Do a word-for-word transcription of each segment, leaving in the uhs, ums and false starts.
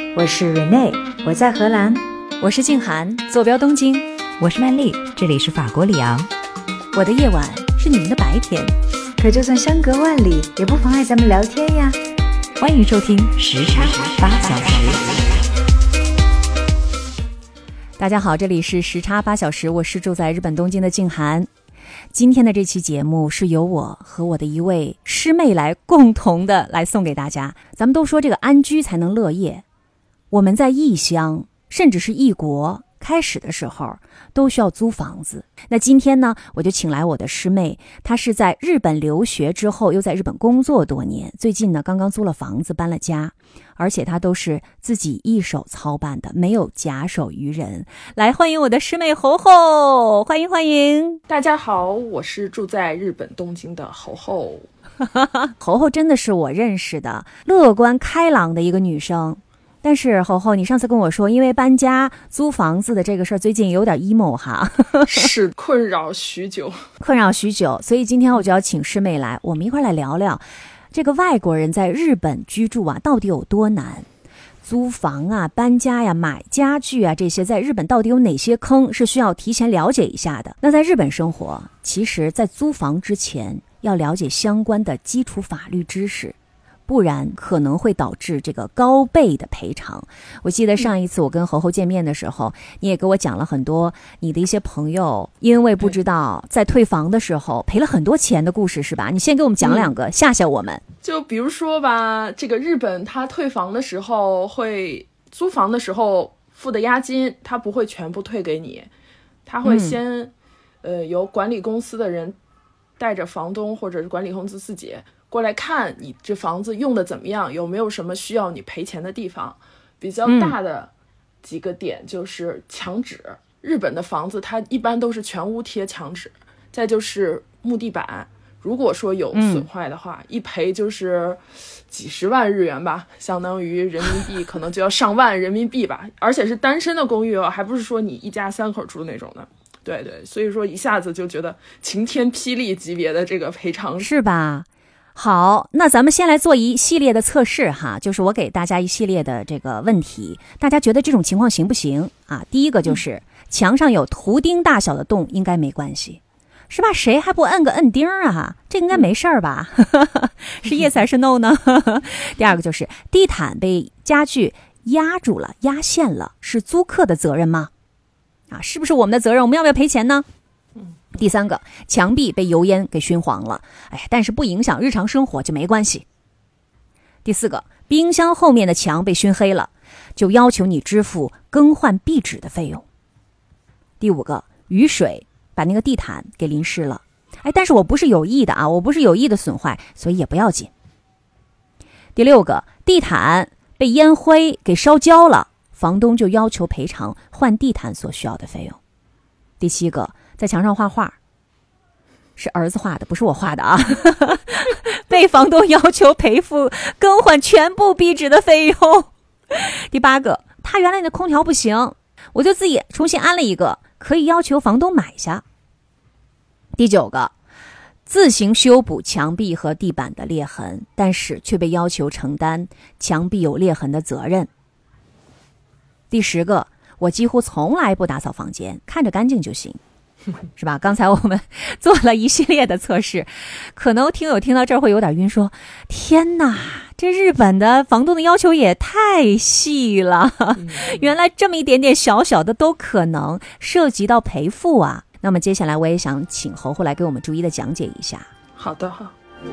我是 Renee， 我在荷兰。 我是静涵，坐标东京。 我是曼丽，这里是法国里昂。 我的夜晚是你们的白天， 可就算相隔万里，也不妨碍咱们聊天呀。 欢迎收听时差八小时。 大家好，这里是时差八小时，我是住在日本东京的静涵。今天的这期节目是由我和我的一位师妹来共同的来送给大家。咱们都说这个安居才能乐业，我们在异乡甚至是异国开始的时候都需要租房子。那今天呢，我就请来我的师妹，她是在日本留学之后又在日本工作多年，最近呢刚刚租了房子搬了家，而且她都是自己一手操办的，没有假手于人。来，欢迎我的师妹侯侯，欢迎欢迎。 大家好，我是住在日本东京的侯侯。 侯侯真的是我认识的乐观开朗的一个女生。但是侯侯，你上次跟我说因为搬家租房子的这个事儿最近有点 emo 哈。 是困扰许久困扰许久，所以今天我就要请师妹来，我们一块来聊聊这个外国人在日本居住啊到底有多难，租房啊搬家呀买家具啊，这些在日本到底有哪些坑是需要提前了解一下的。那在日本生活，其实在租房之前要了解相关的基础法律知识，不然可能会导致这个高倍的赔偿。我记得上一次我跟侯侯见面的时候，你也给我讲了很多你的一些朋友因为不知道在退房的时候赔了很多钱的故事，是吧？你先给我们讲两个、嗯、吓吓我们。 就比如说吧，这个日本他退房的时候会租房的时候付的押金他不会全部退给你，他会先、嗯、呃由管理公司的人带着房东或者是管理公司自己过来看你这房子用的怎么样，有没有什么需要你赔钱的地方。比较大的几个点就是墙纸、嗯、日本的房子它一般都是全屋贴墙纸，再就是木地板，如果说有损坏的话、嗯、一赔就是几十万日元吧，相当于人民币可能就要上万人民币吧，而且是单身的公寓哦，还不是说你一家三口住那种的。对对，所以说一下子就觉得晴天霹雳级别的这个赔偿， 是吧？好，那咱们先来做一系列的测试哈，就是我给大家一系列的这个问题，大家觉得这种情况行不行啊？第一个就是、嗯、墙上有图钉大小的洞应该没关系，是吧？谁还不摁个摁钉啊？这应该没事儿吧？是 yes 还是 no 呢？第二个就是地毯被家具压住了压线了，是租客的责任吗？啊，是不是我们的责任？我们要不要赔钱呢？第三个，墙壁被油烟给熏黄了，哎，但是不影响日常生活就没关系。第四个，冰箱后面的墙被熏黑了，就要求你支付更换壁纸的费用。第五个，雨水把那个地毯给淋湿了，哎，但是我不是有意的啊，我不是有意的损坏，所以也不要紧。第六个，地毯被烟灰给烧焦了，房东就要求赔偿换地毯所需要的费用。第七个，在墙上画画，是儿子画的，不是我画的啊，被房东要求赔付更换全部壁纸的费用。第八个，他原来的空调不行，我就自己重新安了一个，可以要求房东买下。第九个，自行修补墙壁和地板的裂痕，但是却被要求承担墙壁有裂痕的责任。第十个，我几乎从来不打扫房间，看着干净就行，是吧？刚才我们做了一系列的测试，可能听友听到这儿会有点晕，说天哪，这日本的房东的要求也太细了，原来这么一点点小小的都可能涉及到赔付啊。那么接下来我也想请侯侯来给我们逐一的讲解一下。 好的好。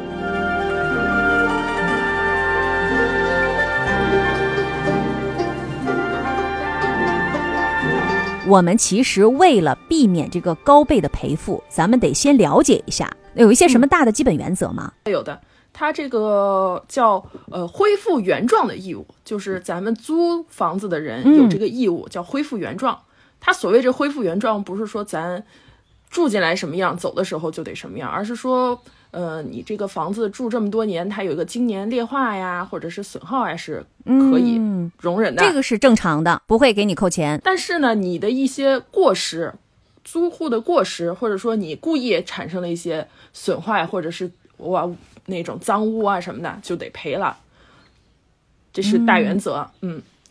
我们其实为了避免这个高倍的赔付，咱们得先了解一下有一些什么大的基本原则吗？ 嗯、有的，它这个叫呃恢复原状的义务，就是咱们租房子的人有这个义务、嗯、叫恢复原状。它所谓这恢复原状，不是说咱住进来什么样走的时候就得什么样，而是说呃，你这个房子住这么多年，它有一个经年劣化呀，或者是损耗呀，是可以容忍的、 嗯、这个是正常的，不会给你扣钱。 但是呢，你的一些过失，租户的过失，或者说你故意产生了一些损坏，或者是哇那种脏污啊什么的，就得赔了，这是大原则。嗯, 嗯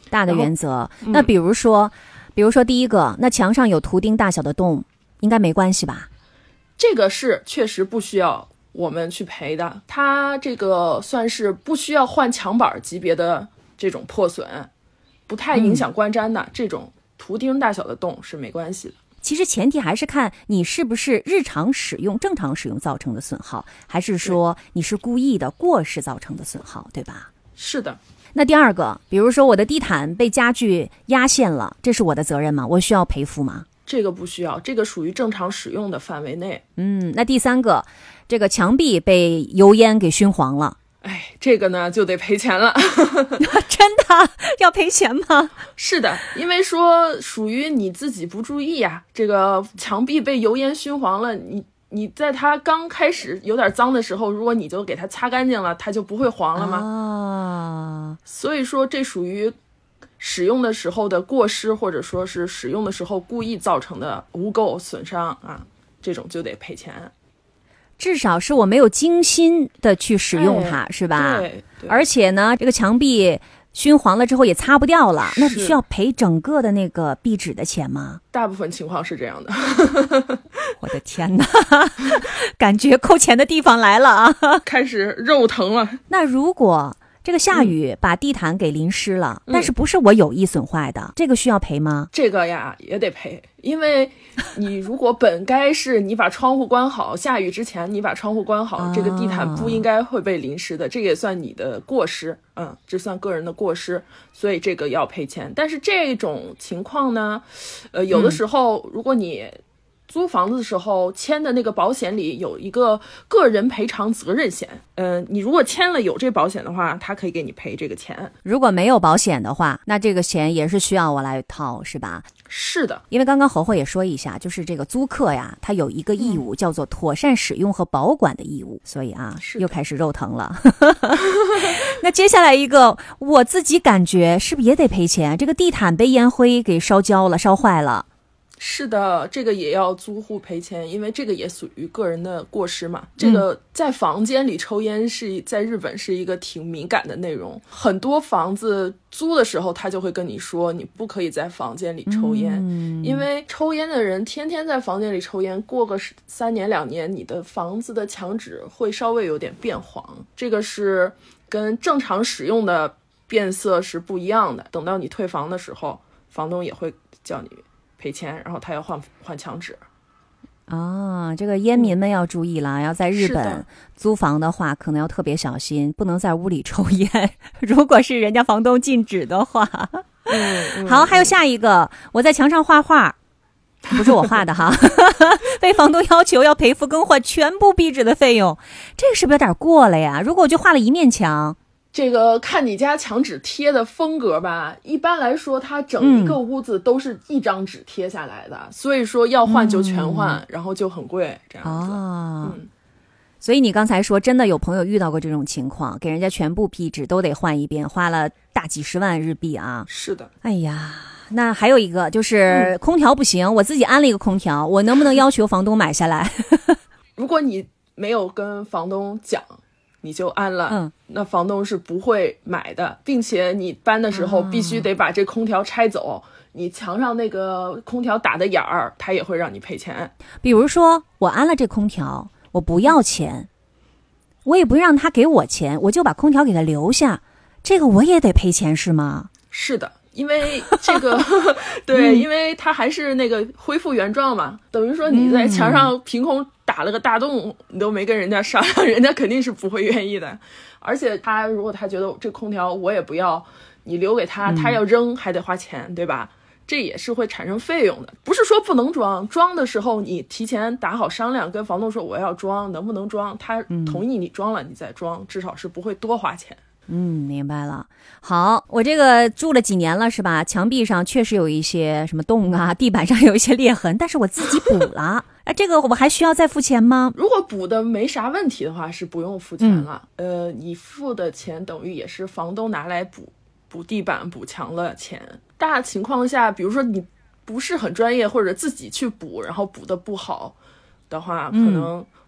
大的原则。那比如说，比如说第一个，那墙上有图钉大小的洞，应该没关系吧？ 这个是确实不需要我们去赔的，它这个算是不需要换墙板级别的这种破损，不太影响观瞻的、嗯、这种图钉大小的洞是没关系的。 其实前提还是看你是不是日常使用正常使用造成的损耗，还是说你是故意的过失造成的损耗，对吧？ 是的。 那第二个，比如说我的地毯被家具压陷了，这是我的责任吗？我需要赔付吗？ 这个不需要，这个属于正常使用的范围内。 嗯，那第三个，这个墙壁被油烟给熏黄了， 哎，这个呢就得赔钱了。 真的要赔钱吗？ 是的，因为说属于你自己不注意呀、啊，这个墙壁被油烟熏黄了，你你在它刚开始有点脏的时候，如果你就给它擦干净了，它就不会黄了吗？ 啊， 所以说这属于使用的时候的过失，或者说是使用的时候故意造成的无垢损伤啊，这种就得赔钱。 至少是我没有精心的去使用它、哎、是吧？ 对，对。 而且呢，这个墙壁熏黄了之后也擦不掉了，那需要赔整个的那个壁纸的钱吗？ 大部分情况是这样的。 我的天哪，感觉扣钱的地方来了啊， 开始肉疼了。 那如果这个下雨把地毯给淋湿了、嗯、但是不是我有意损坏的、嗯、这个需要赔吗？ 这个呀也得赔，因为你如果本该是你把窗户关好，下雨之前你把窗户关好、啊、这个地毯不应该会被淋湿的，这个也算你的过失，嗯，这算个人的过失，所以这个要赔钱。但是这种情况呢，呃，有的时候、嗯、如果你租房子的时候签的那个保险里有一个个人赔偿责任险，嗯、呃，你如果签了有这保险的话，他可以给你赔这个钱。 如果没有保险的话，那这个钱也是需要我来掏，是吧？ 是的， 因为刚刚侯侯也说一下，就是这个租客呀，他有一个义务、嗯、叫做妥善使用和保管的义务，所以啊，又开始肉疼了。那接下来一个，我自己感觉是不是也得赔钱？这个地毯被烟灰给烧焦了，烧坏了。 是的，这个也要租户赔钱，因为这个也属于个人的过失嘛。这个在房间里抽烟是在日本是一个挺敏感的内容，很多房子租的时候他就会跟你说你不可以在房间里抽烟、嗯、因为抽烟的人天天在房间里抽烟，过个三年两年你的房子的墙纸会稍微有点变黄，这个是跟正常使用的变色是不一样的。等到你退房的时候，房东也会叫你赔钱，然后他要换换墙纸。 啊，这个烟民们要注意了、嗯、要在日本租房的话可能要特别小心，不能在屋里抽烟，如果是人家房东禁止的话。 嗯嗯、 好，还有下一个，我在墙上画画，不是我画的哈，被房东要求要赔付更换全部壁纸的费用，这个是不是有点过了呀？如果我就画了一面墙， 这个看你家墙纸贴的风格吧，一般来说它整一个屋子都是一张纸贴下来的、嗯、所以说要换就全换、嗯、然后就很贵这样子、哦嗯、 所以你刚才说真的有朋友遇到过这种情况，给人家全部壁纸都得换一遍，花了大几十万日币啊。 是的。 哎呀，那还有一个就是空调不行、嗯、我自己安了一个空调，我能不能要求房东买下来？ 如果你没有跟房东讲你就安了、嗯、那房东是不会买的，并且你搬的时候必须得把这空调拆走、嗯、你墙上那个空调打的眼儿他也会让你赔钱。 比如说我安了这空调，我不要钱，我也不让他给我钱，我就把空调给他留下，这个我也得赔钱是吗？ 是的，因为这个对、嗯、因为它还是那个恢复原状嘛，等于说你在墙上凭空打了个大洞、嗯、你都没跟人家商量，人家肯定是不会愿意的。而且他如果他觉得这空调我也不要，你留给他、嗯、他要扔还得花钱，对吧？这也是会产生费用的。不是说不能装，装的时候你提前打好商量，跟房东说我要装，能不能装，他同意你装了你再装、嗯、至少是不会多花钱。 嗯，明白了。好，我这个住了几年了是吧？墙壁上确实有一些什么洞啊，地板上有一些裂痕，但是我自己补了。哎，这个我还需要再付钱吗？ 如果补的没啥问题的话是不用付钱了、嗯、呃，你付的钱等于也是房东拿来补补地板补墙的钱。大情况下比如说你不是很专业或者自己去补然后补的不好的话、嗯、可能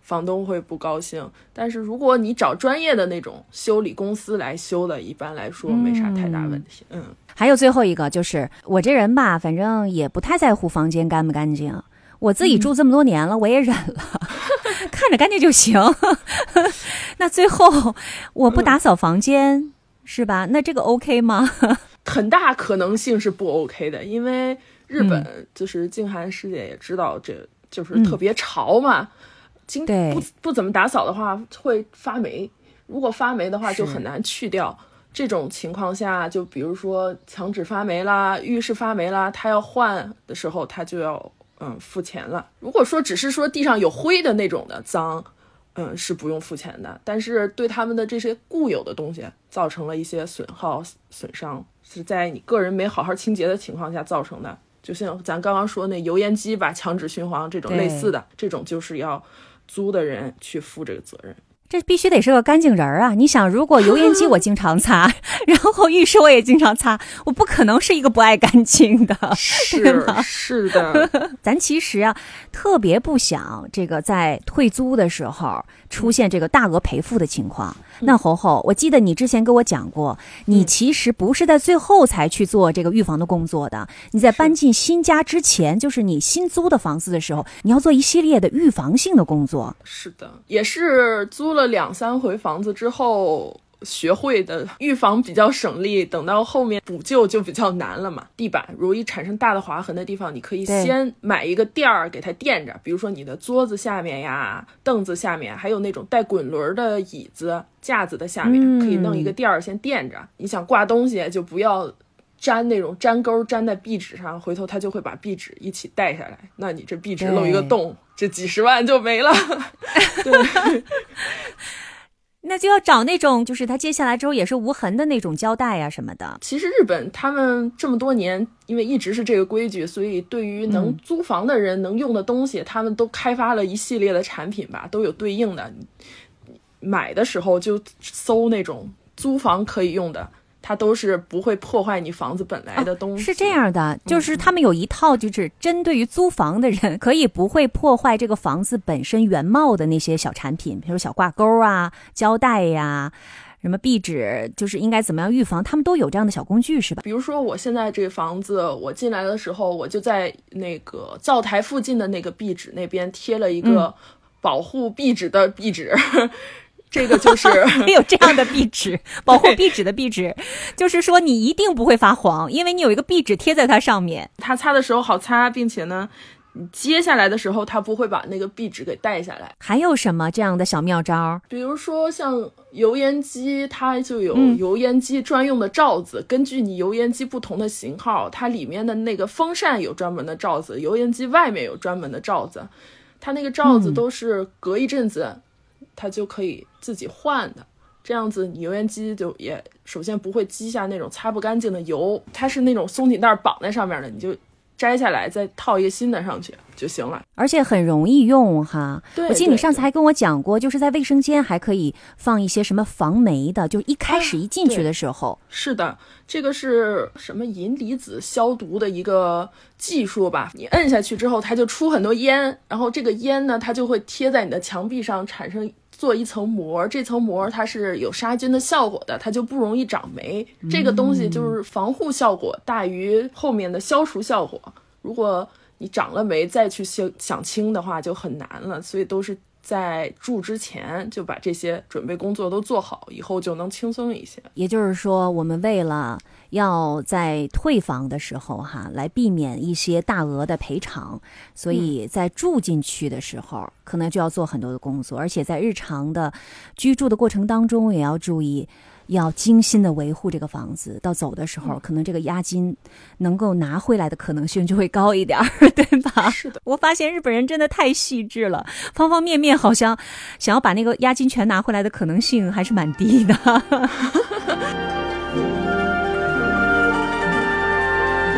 房东会不高兴。但是如果你找专业的那种修理公司来修的，一般来说没啥太大问题。嗯， 还有最后一个就是我这人吧，反正也不太在乎房间干不干净，我自己住这么多年了，嗯、我也忍了，看着干净就行。那最后我不打扫房间、嗯、是吧？那这个 OK 吗？ 很大可能性是不 OK 的，因为日本就是静涵师姐也知道，这就是特别潮嘛，嗯、经不不怎么打扫的话会发霉，如果发霉的话就很难去掉。这种情况下，就比如说墙纸发霉啦，浴室发霉啦，他要换的时候他就要嗯付钱了。如果说只是说地上有灰的那种的脏，嗯是不用付钱的，但是对他们的这些固有的东西造成了一些损耗损伤，是在你个人没好好清洁的情况下造成的。就像咱刚刚说那油烟机把墙纸熏黄这种类似的，这种就是要租的人去负这个责任。 这必须得是个干净人啊！你想，如果油烟机我经常擦，然后浴室我也经常擦，我不可能是一个不爱干净的， 是是的。 咱其实啊，特别不想这个在退租的时候出现这个大额赔付的情况。嗯、那侯侯，我记得你之前跟我讲过，你其实不是在最后才去做这个预防的工作的，你在搬进新家之前，就是你新租的房子的时候，你要做一系列的预防性的工作。 是的，也是租了两三回房子之后学会的，预防比较省力，等到后面补救就比较难了嘛。地板容易产生大的划痕的地方，你可以先买一个垫儿给它垫着，比如说你的桌子下面呀、凳子下面，还有那种带滚轮的椅子架子的下面、嗯、可以弄一个垫儿先垫着。你想挂东西就不要粘那种粘钩粘在壁纸上，回头它就会把壁纸一起带下来，那你这壁纸漏一个洞，这几十万就没了。对。 那就要找那种就是它接下来之后也是无痕的那种胶带啊什么的。 其实日本他们这么多年因为一直是这个规矩，所以对于能租房的人能用的东西、嗯、他们都开发了一系列的产品吧，都有对应的。买的时候就搜那种租房可以用的，它都是不会破坏你房子本来的东西、哦、 是这样的，就是他们有一套就是针对于租房的人可以不会破坏这个房子本身原貌的那些小产品，比如小挂钩啊、胶带呀、什么壁纸，就是应该怎么样预防，他们都有这样的小工具是吧？比如说我现在这个房子，我进来的时候我就在那个灶台附近的那个壁纸那边贴了一个保护壁纸的壁纸、嗯这个就是也有这样的壁纸，保护壁纸的壁纸，就是说你一定不会发黄，因为你有一个壁纸贴在它上面， 它擦的时候好擦，并且呢你接下来的时候它不会把那个壁纸给带下来。 还有什么这样的小妙招？ 比如说像油烟机，它就有油烟机专用的罩子、嗯、根据你油烟机不同的型号，它里面的那个风扇有专门的罩子，油烟机外面有专门的罩子，它那个罩子都是隔一阵子、嗯它就可以自己换的，这样子你油烟机就也首先不会积下那种擦不干净的油，它是那种松紧带绑在上面的，你就摘下来再套一个新的上去就行了， 而且很容易用哈。 对， 我记得你上次还跟我讲过，就是在卫生间还可以放一些什么防霉的，就一开始一进去的时候、 啊、是的，这个是什么银离子消毒的一个技术吧，你摁下去之后它就出很多烟，然后这个烟呢它就会贴在你的墙壁上产生做一层膜，这层膜它是有杀菌的效果的，它就不容易长霉、嗯、这个东西就是防护效果大于后面的消除效果，如果你长了霉再去想清的话就很难了，所以都是在住之前就把这些准备工作都做好，以后就能轻松一些。 也就是说我们为了要在退房的时候哈，来避免一些大额的赔偿，所以在住进去的时候、嗯、可能就要做很多的工作，而且在日常的居住的过程当中也要注意，要精心的维护这个房子，到走的时候、嗯、可能这个押金能够拿回来的可能性就会高一点，对吧？ 是的， 我发现日本人真的太细致了，方方面面好像想要把那个押金全拿回来的可能性还是蛮低的。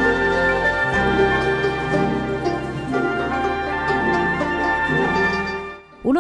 无论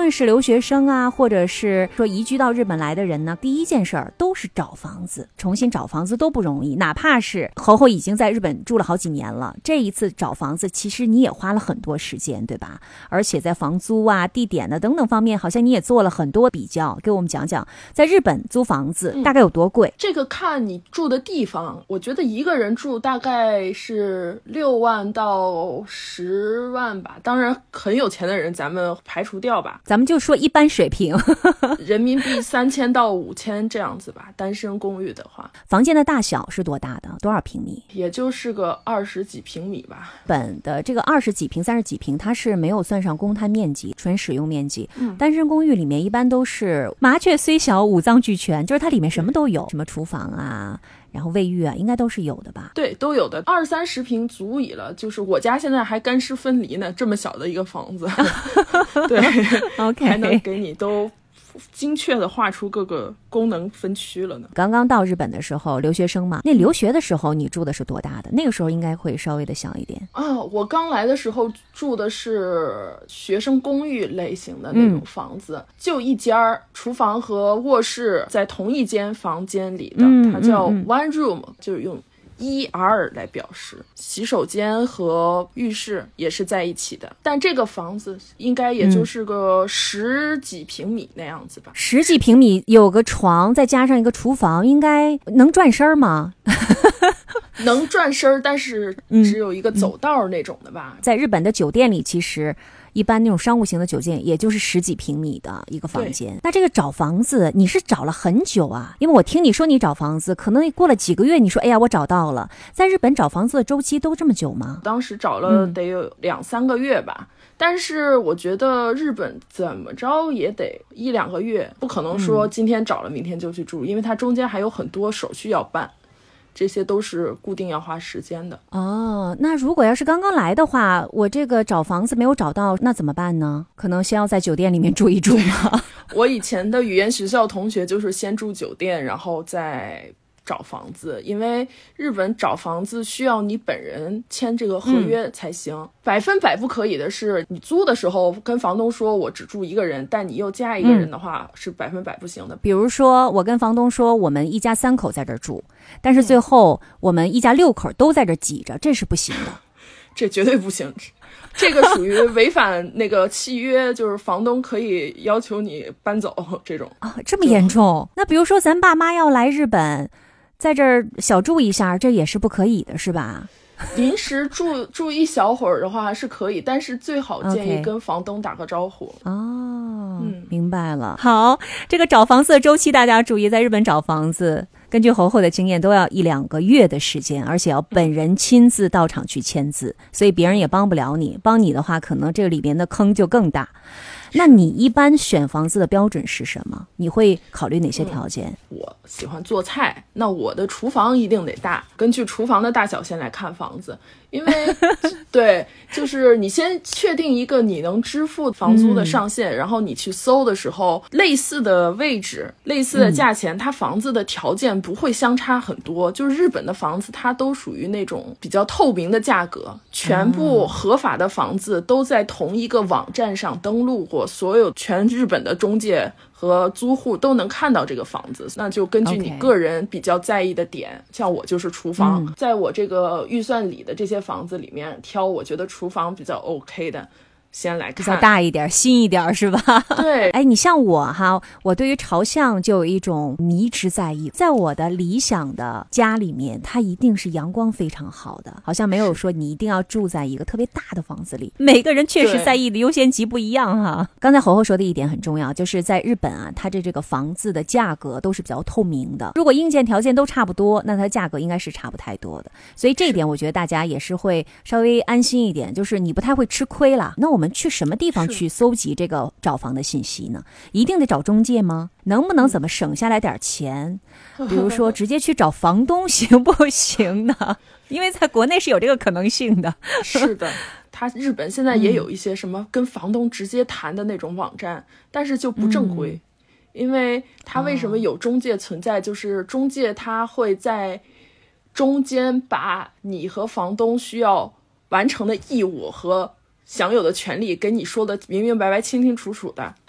论是留学生啊，或者是说移居到日本来的人呢，第一件事儿都是找房子，重新找房子都不容易。哪怕是侯侯已经在日本住了好几年了，这一次找房子其实你也花了很多时间，对吧？而且在房租啊、地点的等等方面，好像你也做了很多比较。给我们讲讲，在日本租房子大概有多贵？ 嗯、这个看你住的地方，我觉得一个人住大概是六万到十万吧。当然，很有钱的人咱们排除掉吧， 咱们就说一般水平， 人民币三千到五千这样子吧。单身公寓的话， 房间的大小是多大的？多少平米？ 也就是个二十几平米吧。 本的这个二十几平、三十几平，它是没有算上公摊面积，纯使用面积。嗯，单身公寓里面一般都是麻雀虽小，五脏俱全，就是它里面什么都有，什么厨房啊，然后卫浴啊，应该都是有的吧？ 对，都有的，二三十平足矣了。就是我家现在还干湿分离呢，这么小的一个房子，对 ，OK， 还能给你都精确的画出各个功能分区了呢。 刚刚到日本的时候，留学生嘛，那留学的时候你住的是多大的？那个时候应该会稍微的小一点啊。我刚来的时候住的是学生公寓类型的那种房子，嗯、就一间厨房和卧室在同一间房间里的，嗯、它叫 one room，嗯、就是用E R 来表示，洗手间和浴室也是在一起的，但这个房子应该也就是个十几平米那样子吧。 嗯、十几平米有个床，再加上一个厨房，应该能转身吗？ 能转身，但是只有一个走道那种的吧。 嗯嗯、在日本的酒店里，其实一般那种商务型的酒店也就是十几平米的一个房间。那这个找房子你是找了很久啊？因为我听你说你找房子可能过了几个月，你说哎呀我找到了。在日本找房子的周期都这么久吗？ 当时找了得有两三个月吧。嗯，但是我觉得日本怎么着也得一两个月，不可能说今天找了明天就去住，嗯、因为它中间还有很多手续要办，这些都是固定要花时间的。 哦，那如果要是刚刚来的话，我这个找房子没有找到，那怎么办呢？可能先要在酒店里面住一住吗？ 我以前的语言学校同学就是先住酒店，然后再找房子，因为日本找房子需要你本人签这个合约才行。嗯、百分百不可以的是，你租的时候跟房东说我只住一个人，但你又加一个人的话，嗯、是百分百不行的。 比如说我跟房东说我们一家三口在这儿住，但是最后我们一家六口都在这儿挤着，这是不行的。 这绝对不行，这个属于违反那个契约，就是房东可以要求你搬走这种。 啊、哦，这么严重？那比如说咱爸妈要来日本，在这儿小住一下，这也是不可以的，是吧？ 临时住住一小会儿的话是可以，但是最好建议跟房东打个招呼。 Okay. 哦，嗯，明白了。好，这个找房子的周期大家注意，在日本找房子，根据侯侯的经验，都要一两个月的时间，而且要本人亲自到场去签字，所以别人也帮不了你。帮你的话，可能这个里面的坑就更大。那你一般选房子的标准是什么？你会考虑哪些条件？ 嗯、我喜欢做菜，那我的厨房一定得大，根据厨房的大小先来看房子。因为对，就是你先确定一个你能支付房租的上限，嗯、然后你去搜的时候，类似的位置、类似的价钱，嗯、它房子的条件不会相差很多。就是日本的房子，它都属于那种比较透明的价格，全部合法的房子都在同一个网站上登录过，所有全日本的中介和租户都能看到这个房子，那就根据你个人比较在意的点， okay. 像我就是厨房，嗯、在我这个预算里的这些房子里面挑我觉得厨房比较 OK 的先来看， 比较大一点新一点是吧？ 对。 哎，你像我哈，我对于朝向就有一种迷之在意，在我的理想的家里面，它一定是阳光非常好的，好像没有说你一定要住在一个特别大的房子里，每个人确实在意的优先级不一样哈。刚才侯侯说的一点很重要，就是在日本啊，它的这个房子的价格都是比较透明的，如果硬件条件都差不多，那它价格应该是差不太多的，所以这一点我觉得大家也是会稍微安心一点，就是你不太会吃亏啦。那我我们去什么地方去搜集这个找房的信息呢？一定得找中介吗？能不能怎么省下来点钱？比如说直接去找房东行不行呢？因为在国内是有这个可能性的。 是的，他日本现在也有一些什么跟房东直接谈的那种网站，嗯、但是就不正规，嗯、因为他为什么有中介存在？就是中介他会在中间把你和房东需要完成的义务和享有的权利跟你说的明明白白清清楚楚的，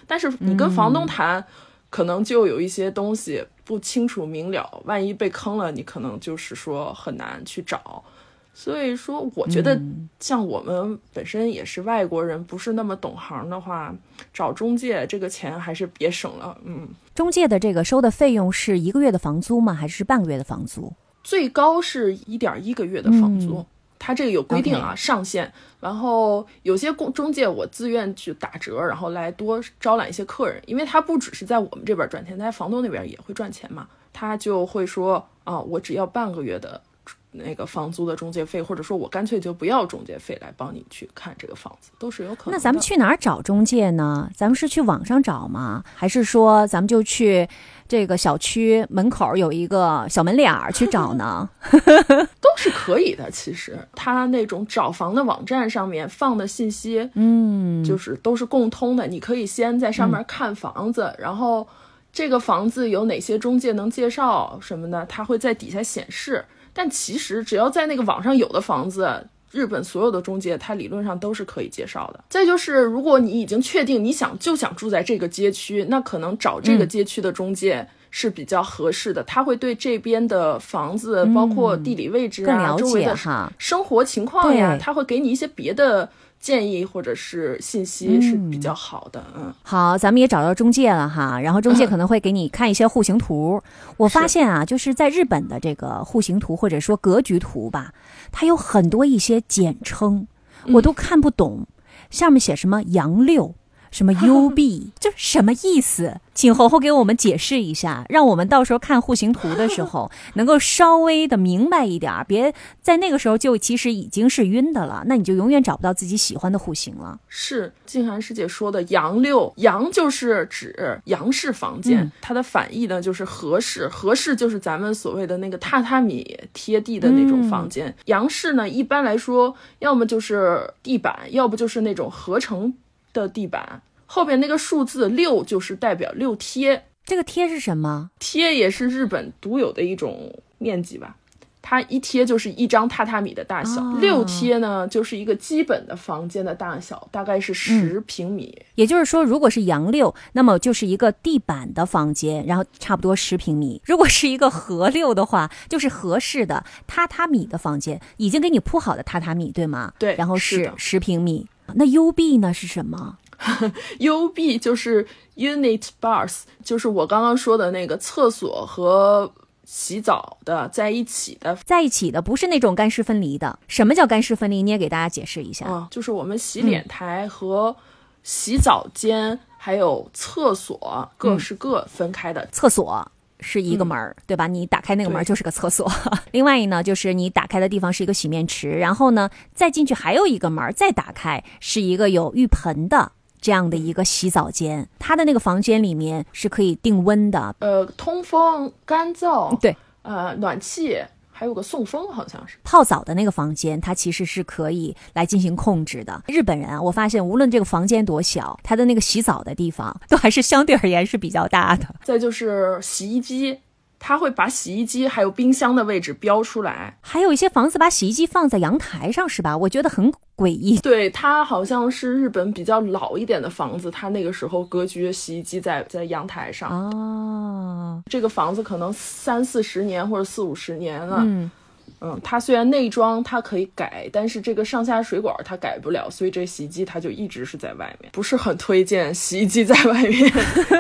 但是你跟房东谈、嗯、可能就有一些东西不清楚明了，万一被坑了你可能就是说很难去找。所以说我觉得像我们本身也是外国人，不是那么懂行的话，找中介这个钱还是别省了。嗯， 中介的这个收的费用是一个月的房租吗？还是半个月的房租？ 最高是一点一个月的房租、嗯、它这个有规定啊、okay. 上限。然后有些中介我自愿去打折，然后来多招揽一些客人，因为他不只是在我们这边赚钱，在房东那边也会赚钱嘛，他就会说啊，我只要半个月的那个房租的中介费，或者说我干脆就不要中介费来帮你去看这个房子，都是有可能的。 那咱们去哪儿找中介呢？咱们是去网上找吗？还是说咱们就去这个小区门口有一个小门脸去找呢？ 都是可以的。其实他那种找房的网站上面放的信息， 嗯， 就是都是共通的，你可以先在上面看房子、嗯、然后这个房子有哪些中介能介绍什么的，它会在底下显示。但其实只要在那个网上有的房子，日本所有的中介它理论上都是可以介绍的。再就是如果你已经确定你想就想住在这个街区，那可能找这个街区的中介是比较合适的、嗯、他会对这边的房子包括地理位置啊、 嗯、更了解周围的生活情况呀，他会给你一些别的建议或者是信息是比较好的。 嗯, 嗯， 好，咱们也找到中介了哈，然后中介可能会给你看一些户型图、嗯、我发现啊，就是在日本的这个户型图或者说格局图吧，它有很多一些简称我都看不懂、嗯、下面写什么洋六什么 U B 这什么意思？请侯侯给我们解释一下，让我们到时候看户型图的时候能够稍微的明白一点，别在那个时候就其实已经是晕的了，那你就永远找不到自己喜欢的户型了。 是静涵师姐说的洋六，洋就是指洋式房间、嗯、它的反义呢就是和式，和式就是咱们所谓的那个榻榻米贴地的那种房间、嗯、洋式呢一般来说要么就是地板，要不就是那种合成的地板，后边那个数字六就是代表六贴。 这个贴是什么？ 贴也是日本独有的一种面积吧，它一贴就是一张榻榻米的大小、哦、六贴呢就是一个基本的房间的大小，大概是十平米、嗯、 也就是说如果是洋六那么就是一个地板的房间，然后差不多十平米。如果是一个合六的话就是合适的榻榻米的房间，已经给你铺好的榻榻米对吗？ 对， 然后是十平米。那 U B 呢是什么？ U B 就是 Unit Bath， 就是我刚刚说的那个厕所和洗澡的在一起的， 在一起的不是那种干湿分离的。什么叫干湿分离？你也给大家解释一下。 嗯，就是我们洗脸台和洗澡间、嗯、还有厕所各是各分开的、嗯、厕所是一个门、嗯、对吧？你打开那个门就是个厕所。另外呢就是你打开的地方是一个洗面池，然后呢再进去还有一个门，再打开是一个有浴盆的这样的一个洗澡间。它的那个房间里面是可以定温的， 呃，通风干燥， 对， 呃，暖气，还有个送风，好像是。 泡澡的那个房间它其实是可以来进行控制的。日本人啊，我发现无论这个房间多小，它的那个洗澡的地方都还是相对而言是比较大的。 再就是洗衣机，他会把洗衣机还有冰箱的位置标出来。 还有一些房子把洗衣机放在阳台上是吧？我觉得很诡异。 对，它好像是日本比较老一点的房子，它那个时候格局洗衣机在在阳台上。 哦， 这个房子可能三四十年或者四五十年了。 嗯嗯，它虽然内装它可以改，但是这个上下水管它改不了，所以这洗衣机它就一直是在外面，不是很推荐洗衣机在外面。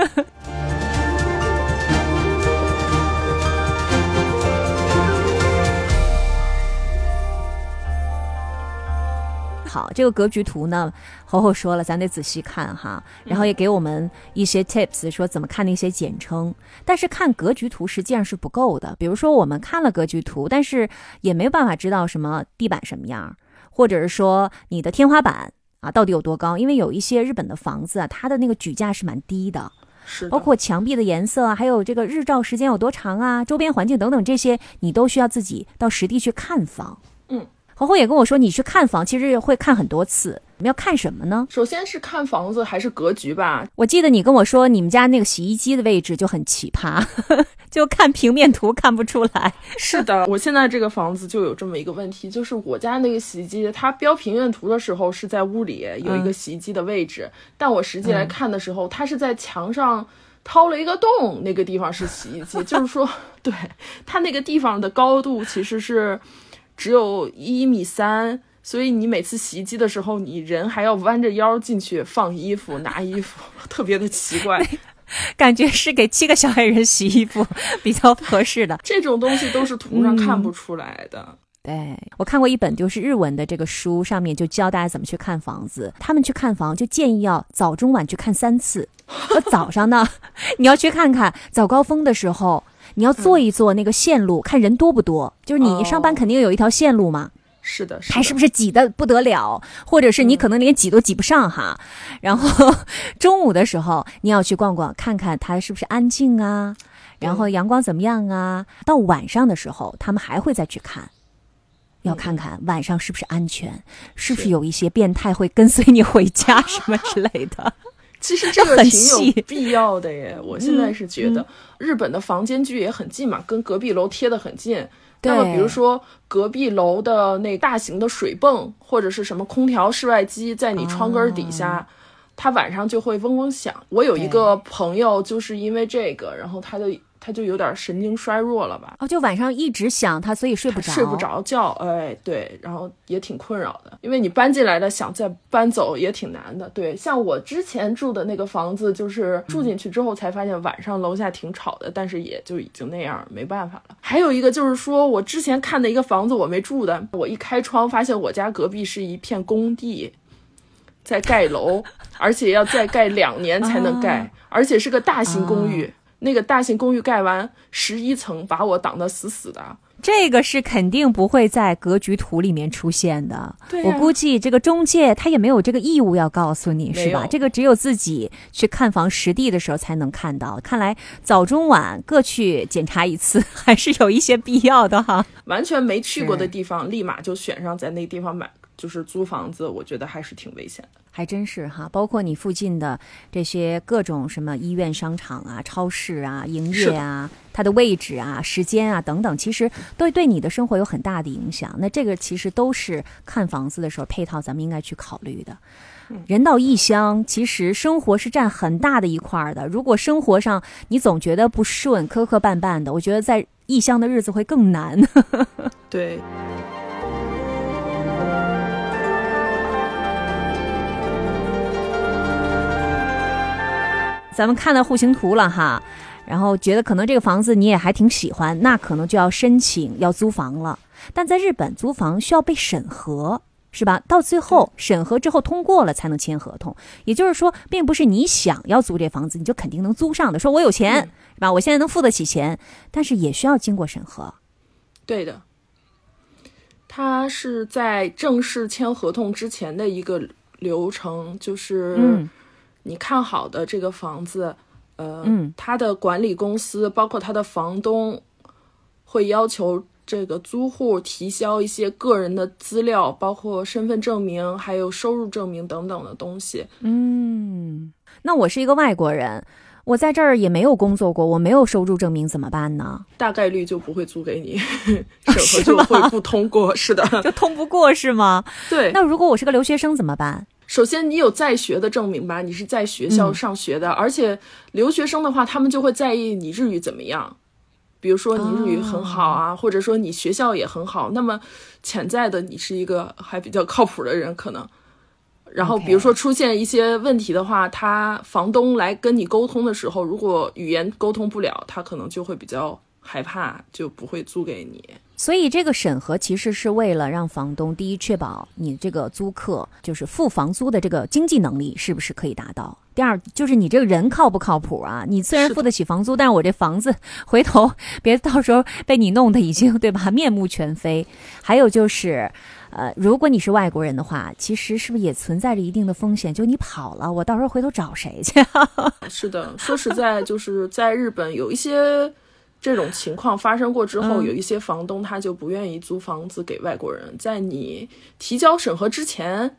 好，这个格局图呢侯侯说了咱得仔细看哈，然后也给我们一些 tips 说怎么看那些简称。但是看格局图实际上是不够的，比如说我们看了格局图，但是也没有办法知道什么地板什么样，或者是说你的天花板啊到底有多高，因为有一些日本的房子啊它的那个举架是蛮低的， 是的， 包括墙壁的颜色啊，还有这个日照时间有多长啊，周边环境等等，这些你都需要自己到实地去看房。 嗯， 侯侯也跟我说你去看房其实会看很多次， 你们要看什么呢？ 首先是看房子还是格局吧。 我记得你跟我说你们家那个洗衣机的位置就很奇葩，就看平面图看不出来。 是的，我现在这个房子就有这么一个问题，就是我家那个洗衣机它标平面图的时候是在屋里有一个洗衣机的位置、嗯、但我实际来看的时候、嗯、它是在墙上掏了一个洞，那个地方是洗衣机就是说对，它那个地方的高度其实是只有一米三，所以你每次洗衣机的时候你人还要弯着腰进去放衣服拿衣服，特别的奇怪感觉是给七个小矮人洗衣服比较合适的。 这种东西都是图上看不出来的、嗯、 对，我看过一本就是日文的这个书，上面就教大家怎么去看房子。他们去看房就建议要早中晚去看三次。而早上呢你要去看看早高峰的时候，你要做一做那个线路、嗯、看人多不多，就是你上班肯定有一条线路嘛、哦是的，是的， 还是不是挤得不得了，或者是你可能连挤都挤不上哈、嗯、然后中午的时候你要去逛逛，看看它是不是安静啊，然后阳光怎么样啊、嗯、到晚上的时候他们还会再去看，要看看晚上是不是安全、嗯、是不是有一些变态会跟随你回家什么之类的其实这个挺有必要的耶，我现在是觉得、嗯、日本的房间距也很近嘛，跟隔壁楼贴得很近。那么比如说隔壁楼的那大型的水泵或者是什么空调室外机在你窗根底下、哦、它晚上就会嗡嗡响。我有一个朋友就是因为这个，然后他就他就有点神经衰弱了吧。 哦，就晚上一直响他，所以睡不着， 睡不着觉。哎，对，然后也挺困扰的，因为你搬进来的想再搬走也挺难的。对，像我之前住的那个房子，就是住进去之后才发现晚上楼下挺吵的，但是也就已经那样，没办法了。还有一个就是说我之前看的一个房子我没住的，我一开窗发现我家隔壁是一片工地在盖楼而且要再盖两年才能盖、啊、而且是个大型公寓、啊，那个大型公寓盖完十一层把我挡得死死的， 这个是肯定不会在格局图里面出现的。 对、啊、 我估计这个中介他也没有这个义务要告诉你，是吧？这个只有自己去看房实地的时候才能看到。看来早中晚各去检查一次还是有一些必要的哈。 完全没去过的地方立马就选上在那地方买就是租房子，我觉得还是挺危险的。 还真是哈，包括你附近的这些各种什么医院、商场啊、超市啊、营业啊，它的位置啊、时间啊等等，其实都对你的生活有很大的影响。那这个其实都是看房子的时候配套咱们应该去考虑的。人到异乡，其实生活是占很大的一块的。如果生活上你总觉得不顺、磕磕绊绊的，我觉得在异乡的日子会更难。 对。 咱们看到户型图了哈，然后觉得可能这个房子你也还挺喜欢，那可能就要申请要租房了。但在日本租房需要被审核，是吧？到最后审核之后通过了才能签合同。也就是说并不是你想要租这房子你就肯定能租上的，说我有钱、嗯、是吧？我现在能付得起钱，但是也需要经过审核。 对的，它是在正式签合同之前的一个流程，就是嗯你看好的这个房子，呃，嗯，它的管理公司包括它的房东会要求这个租户提交一些个人的资料，包括身份证明还有收入证明等等的东西。嗯， 那我是一个外国人，我在这儿也没有工作过，我没有收入证明怎么办呢？ 大概率就不会租给你，审核就会不通过。是的， 就通不过是吗？ 对。 那如果我是个留学生怎么办？ 首先你有在学的证明吧，你是在学校上学的、嗯、而且留学生的话他们就会在意你日语怎么样，比如说你日语很好啊、哦、或者说你学校也很好，那么潜在的你是一个还比较靠谱的人可能。然后比如说出现一些问题的话、okay. 他房东来跟你沟通的时候，如果语言沟通不了，他可能就会比较害怕，就不会租给你。 所以这个审核其实是为了让房东第一确保你这个租客就是付房租的这个经济能力是不是可以达到，第二就是你这个人靠不靠谱啊，你虽然付得起房租，但是我这房子回头别到时候被你弄得已经对吧面目全非。还有就是呃，如果你是外国人的话，其实是不是也存在着一定的风险，就你跑了我到时候回头找谁去是的，说实在就是在日本有一些这种情况发生过之后、嗯、有一些房东他就不愿意租房子给外国人，在你提交审核之前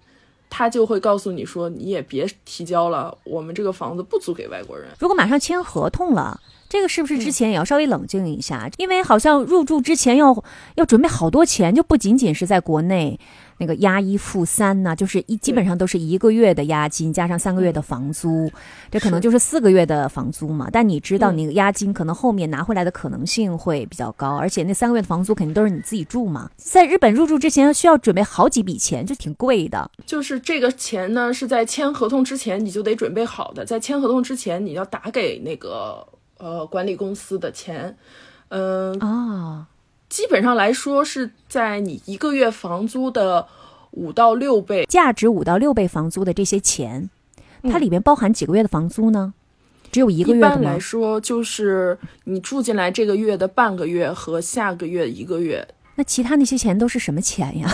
他就会告诉你说你也别提交了，我们这个房子不租给外国人。 如果马上签合同了，这个是不是之前也要稍微冷静一下？嗯、因为好像入住之前要要准备好多钱，就不仅仅是在国内那个押一付三呢，就是一基本上都是一个月的押金加上三个月的房租，这可能就是四个月的房租嘛。但你知道你押金可能后面拿回来的可能性会比较高，而且那三个月的房租肯定都是你自己住嘛。在日本入住之前需要准备好几笔钱，就挺贵的。 就是这个钱呢是在签合同之前你就得准备好的，在签合同之前你要打给那个呃管理公司的钱，嗯、呃、 哦。 基本上来说是在你一个月房租的五到六倍， 价值五到六倍房租的这些钱，它里面包含几个月的房租呢？只有一个月的吗？ 一般来说就是你住进来这个月的半个月和下个月一个月。 那其他那些钱都是什么钱呀？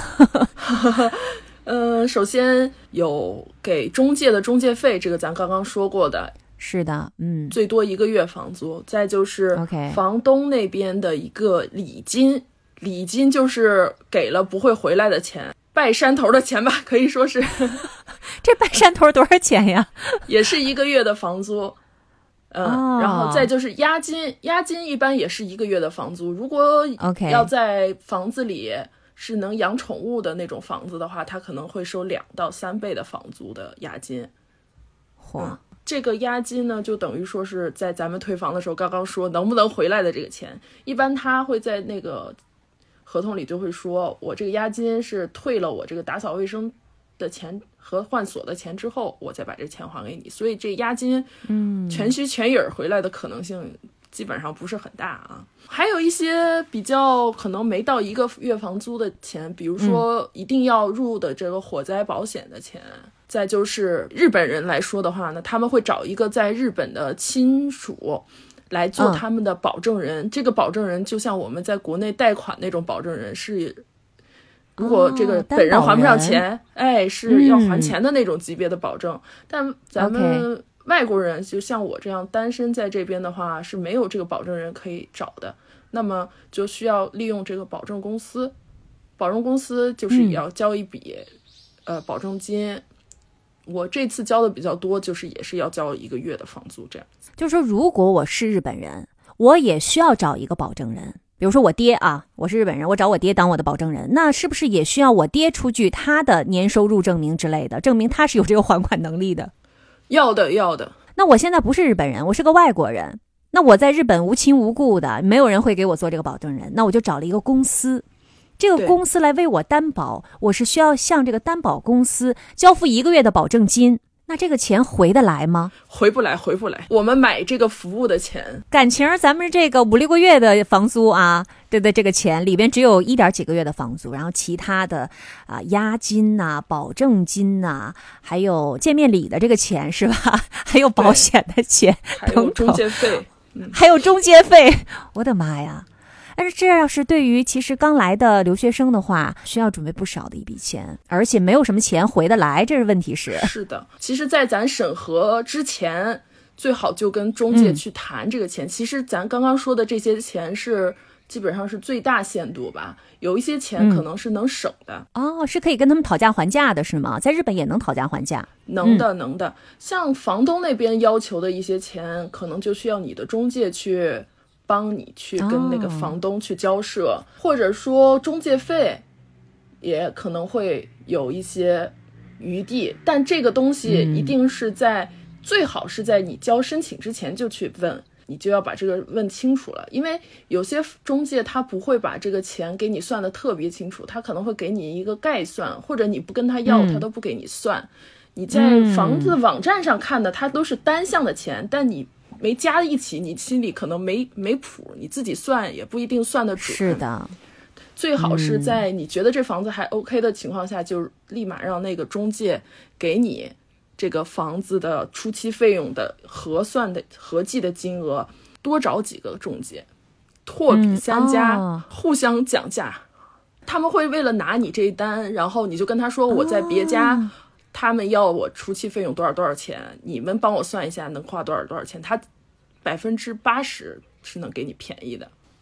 呃，首先有给中介的中介费，这个咱刚刚说过的。 是的，嗯， 最多一个月房租。再就是房东那边的一个礼金， okay. 礼金就是给了不会回来的钱，拜山头的钱吧，可以说是。 这拜山头多少钱呀？ 也是一个月的房租。嗯、哦，然后再就是押金，押金一般也是一个月的房租。如果要在房子里是能养宠物的那种房子的话，它可能会收两到三倍的房租的押金。 嚯、 嗯！这个押金呢，就等于说是在咱们退房的时候刚刚说能不能回来的这个钱，一般他会在那个合同里就会说，我这个押金是退了我这个打扫卫生的钱和换锁的钱之后，我再把这钱还给你。所以这押金，嗯，全虚全影回来的可能性基本上不是很大啊。还有一些比较可能没到一个月房租的钱，比如说一定要入的这个火灾保险的钱。嗯，再就是日本人来说的话呢，他们会找一个在日本的亲属来做他们的保证人、嗯、这个保证人就像我们在国内贷款那种保证人，是如果这个本人还不上钱、哦、哎，是要还钱的那种级别的保证、嗯、但咱们外国人就像我这样单身在这边的话是没有这个保证人可以找的，那么就需要利用这个保证公司，保证公司就是也要交一笔、嗯、呃保证金。我这次交的比较多，就是也是要交一个月的房租，这样子。 就是说，如果我是日本人，我也需要找一个保证人。比如说我爹啊，我是日本人，我找我爹当我的保证人，那是不是也需要我爹出具他的年收入证明之类的，证明他是有这个还款能力的？ 要的，要的。 那我现在不是日本人，我是个外国人，那我在日本无亲无故的，没有人会给我做这个保证人，那我就找了一个公司。这个公司来为我担保，我是需要向这个担保公司交付一个月的保证金，那这个钱回得来吗？ 回不来，回不来。我们买这个服务的钱， 感情咱们这个五六个月的房租啊，对对，这个钱里边只有一点几个月的房租，然后其他的啊押金呐、啊、保证金呐、啊，还有见面礼的这个钱是吧？还有保险的钱， 还有中介费、 嗯，还有中介费，我的妈呀！但是这要是对于其实刚来的留学生的话，需要准备不少的一笔钱，而且没有什么钱回得来，这是问题是。 是的，其实在咱审核之前，最好就跟中介去谈这个钱、嗯、其实咱刚刚说的这些钱是基本上是最大限度吧，有一些钱可能是能省的、 嗯、哦，是可以跟他们讨价还价的是吗？在日本也能讨价还价？ 能的、嗯、能的。像房东那边要求的一些钱，可能就需要你的中介去帮你去跟那个房东去交涉、哦、或者说中介费也可能会有一些余地，但这个东西一定是在、嗯、最好是在你交申请之前就去问，你就要把这个问清楚了，因为有些中介他不会把这个钱给你算得特别清楚，他可能会给你一个概算，或者你不跟他要、嗯、他都不给你算。你在房子网站上看的它都是单项的钱，但你没加一起，你心里可能没没谱，你自己算也不一定算得准。 是的， 最好是在你觉得这房子还 OK 的情况下、嗯、就立马让那个中介给你这个房子的初期费用的核算的合计的金额，多找几个中介，货比三家、嗯哦、互相讲价。他们会为了拿你这一单，然后你就跟他说我在别家、哦他们要我初期费用多少多少钱，你们帮我算一下能花多少多少钱，他百分之八十是能给你便宜的。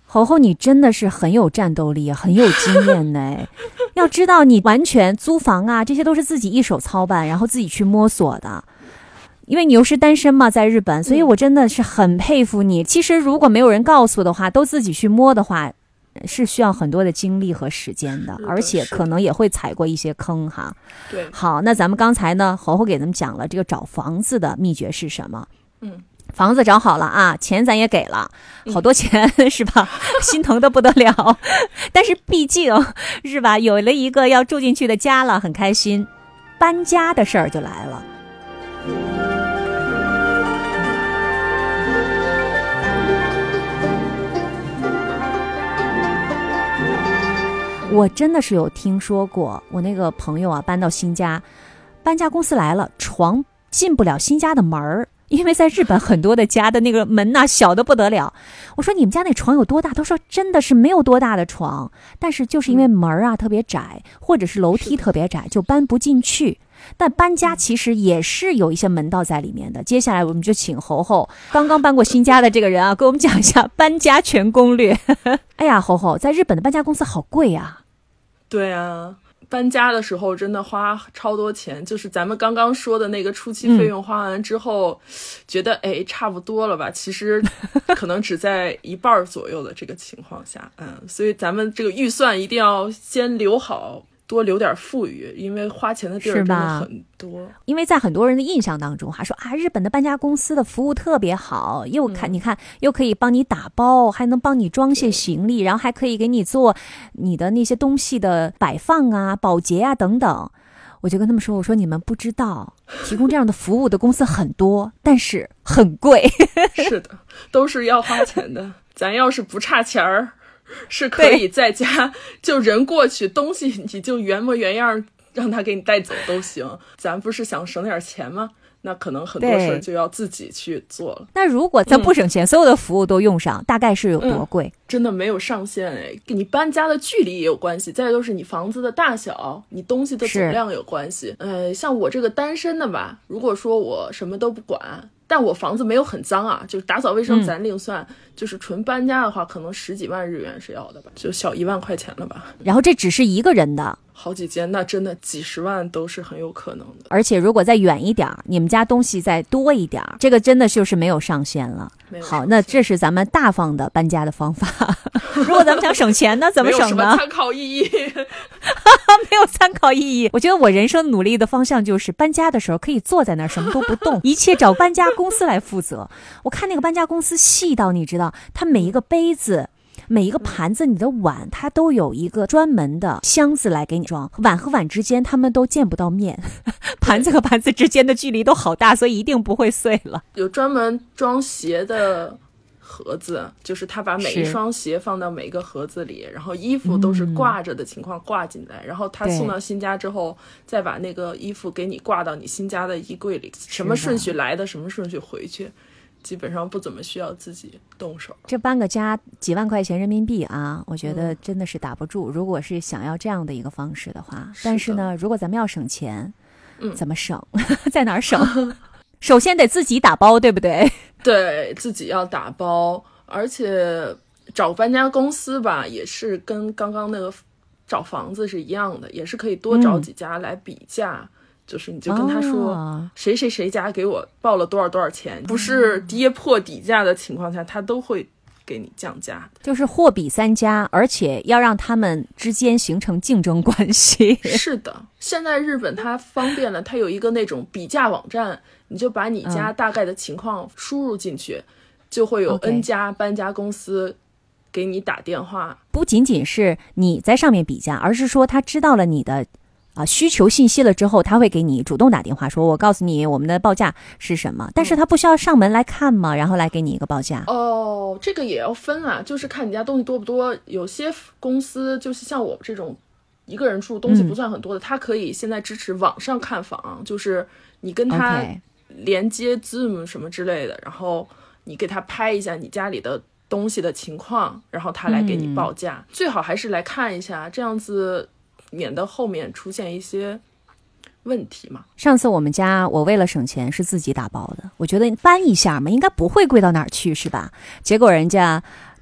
侯侯，你真的是很有战斗力，很有经验呢。要知道，你完全租房啊，这些都是自己一手操办，然后自己去摸索的。因为你又是单身嘛，在日本，所以我真的是很佩服你。其实如果没有人告诉的话，都自己去摸的话，是需要很多的精力和时间的，而且可能也会踩过一些坑哈。 对， 好，那咱们刚才呢，侯侯给咱们讲了这个找房子的秘诀是什么？ 嗯。 房子找好了啊，钱咱也给了，好多钱、嗯、是吧？心疼的不得了。但是毕竟是吧，有了一个要住进去的家了，很开心。搬家的事儿就来了。我真的是有听说过，我那个朋友啊，搬到新家，搬家公司来了，床进不了新家的门儿。因为在日本很多的家的那个门呐、啊、小的不得了，我说你们家那床有多大？他说真的是没有多大的床，但是就是因为门啊特别窄，或者是楼梯特别窄，就搬不进去。但搬家其实也是有一些门道在里面的。接下来我们就请侯侯，刚刚搬过新家的这个人啊，给我们讲一下搬家全攻略。哎呀，侯侯，在日本的搬家公司好贵啊。 对啊。搬家的时候真的花超多钱，就是咱们刚刚说的那个初期费用花完之后、嗯、觉得哎差不多了吧，其实可能只在一半左右的这个情况下嗯，所以咱们这个预算一定要先留好，多留点富裕，因为花钱的地儿真的很多。 因为在很多人的印象当中，还说啊，日本的搬家公司的服务特别好，又看、嗯、你看又可以帮你打包，还能帮你装卸行李，然后还可以给你做你的那些东西的摆放啊、保洁啊等等。我就跟他们说，我说你们不知道，提供这样的服务的公司很多，但是很贵。 是的，都是要花钱的。咱要是不差钱儿，是可以在家就人过去，东西你就原模原样让他给你带走都行。咱不是想省点钱吗？那可能很多事就要自己去做了。 那如果咱不省钱、嗯、所有的服务都用上，大概是有多贵、嗯、 真的没有上限哎。你搬家的距离也有关系，再就是你房子的大小，你东西的总量有关系。呃，像我这个单身的吧，如果说我什么都不管，但我房子没有很脏啊，就是打扫卫生咱另算、嗯、就是纯搬家的话可能十几万日元是要的吧，就小一万块钱了吧。 然后这只是一个人的， 好几间那真的几十万都是很有可能的。 而且如果再远一点，你们家东西再多一点，这个真的就是没有上限了。好，那这是咱们大方的搬家的方法。如果咱们想省钱呢，怎么省呢？ 没有什么参考意义。 没有参考意义。我觉得我人生努力的方向就是搬家的时候可以坐在那儿什么都不动，一切找搬家公司来负责。我看那个搬家公司细到你知道，它每一个杯子每一个盘子，你的碗它都有一个专门的箱子来给你装，碗和碗之间他们都见不到面，盘子和盘子之间的距离都好大，所以一定不会碎了。 有专门装鞋的盒子，就是他把每一双鞋放到每个盒子里，然后衣服都是挂着的情况挂进来、嗯、然后他送到新家之后再把那个衣服给你挂到你新家的衣柜里，什么顺序来的什么顺序回去，基本上不怎么需要自己动手。 这搬个家几万块钱人民币啊，我觉得真的是打不住、嗯、如果是想要这样的一个方式的话。但是呢，如果咱们要省钱、嗯、怎么省在哪儿省首先得自己打包，对不对？ 对，自己要打包，而且找搬家公司吧也是跟刚刚那个找房子是一样的，也是可以多找几家来比价、嗯，就是你就跟他说、哦、谁谁谁家给我报了多少多少钱，不是跌破底价的情况下他都会给你降价的， 就是货比三家，而且要让他们之间形成竞争关系。 是的，现在日本它方便了，它有一个那种比价网站，你就把你家大概的情况输入进去、嗯、就会有 N 家搬家公司给你打电话。 不仅仅是你在上面比价，而是说他知道了你的啊，需求信息了之后，他会给你主动打电话说，我告诉你我们的报价是什么，但是他不需要上门来看吗？然后来给你一个报价。 哦，这个也要分啊，就是看你家东西多不多。有些公司就是像我这种一个人住东西不算很多的、嗯、他可以现在支持网上看房，就是你跟他连接 Zoom 什么之类的、okay. 然后你给他拍一下你家里的东西的情况，然后他来给你报价、嗯、最好还是来看一下，这样子免得后面出现一些问题嘛。 上次我们家我为了省钱是自己打包的，我觉得搬一下嘛应该不会贵到哪儿去是吧，结果人家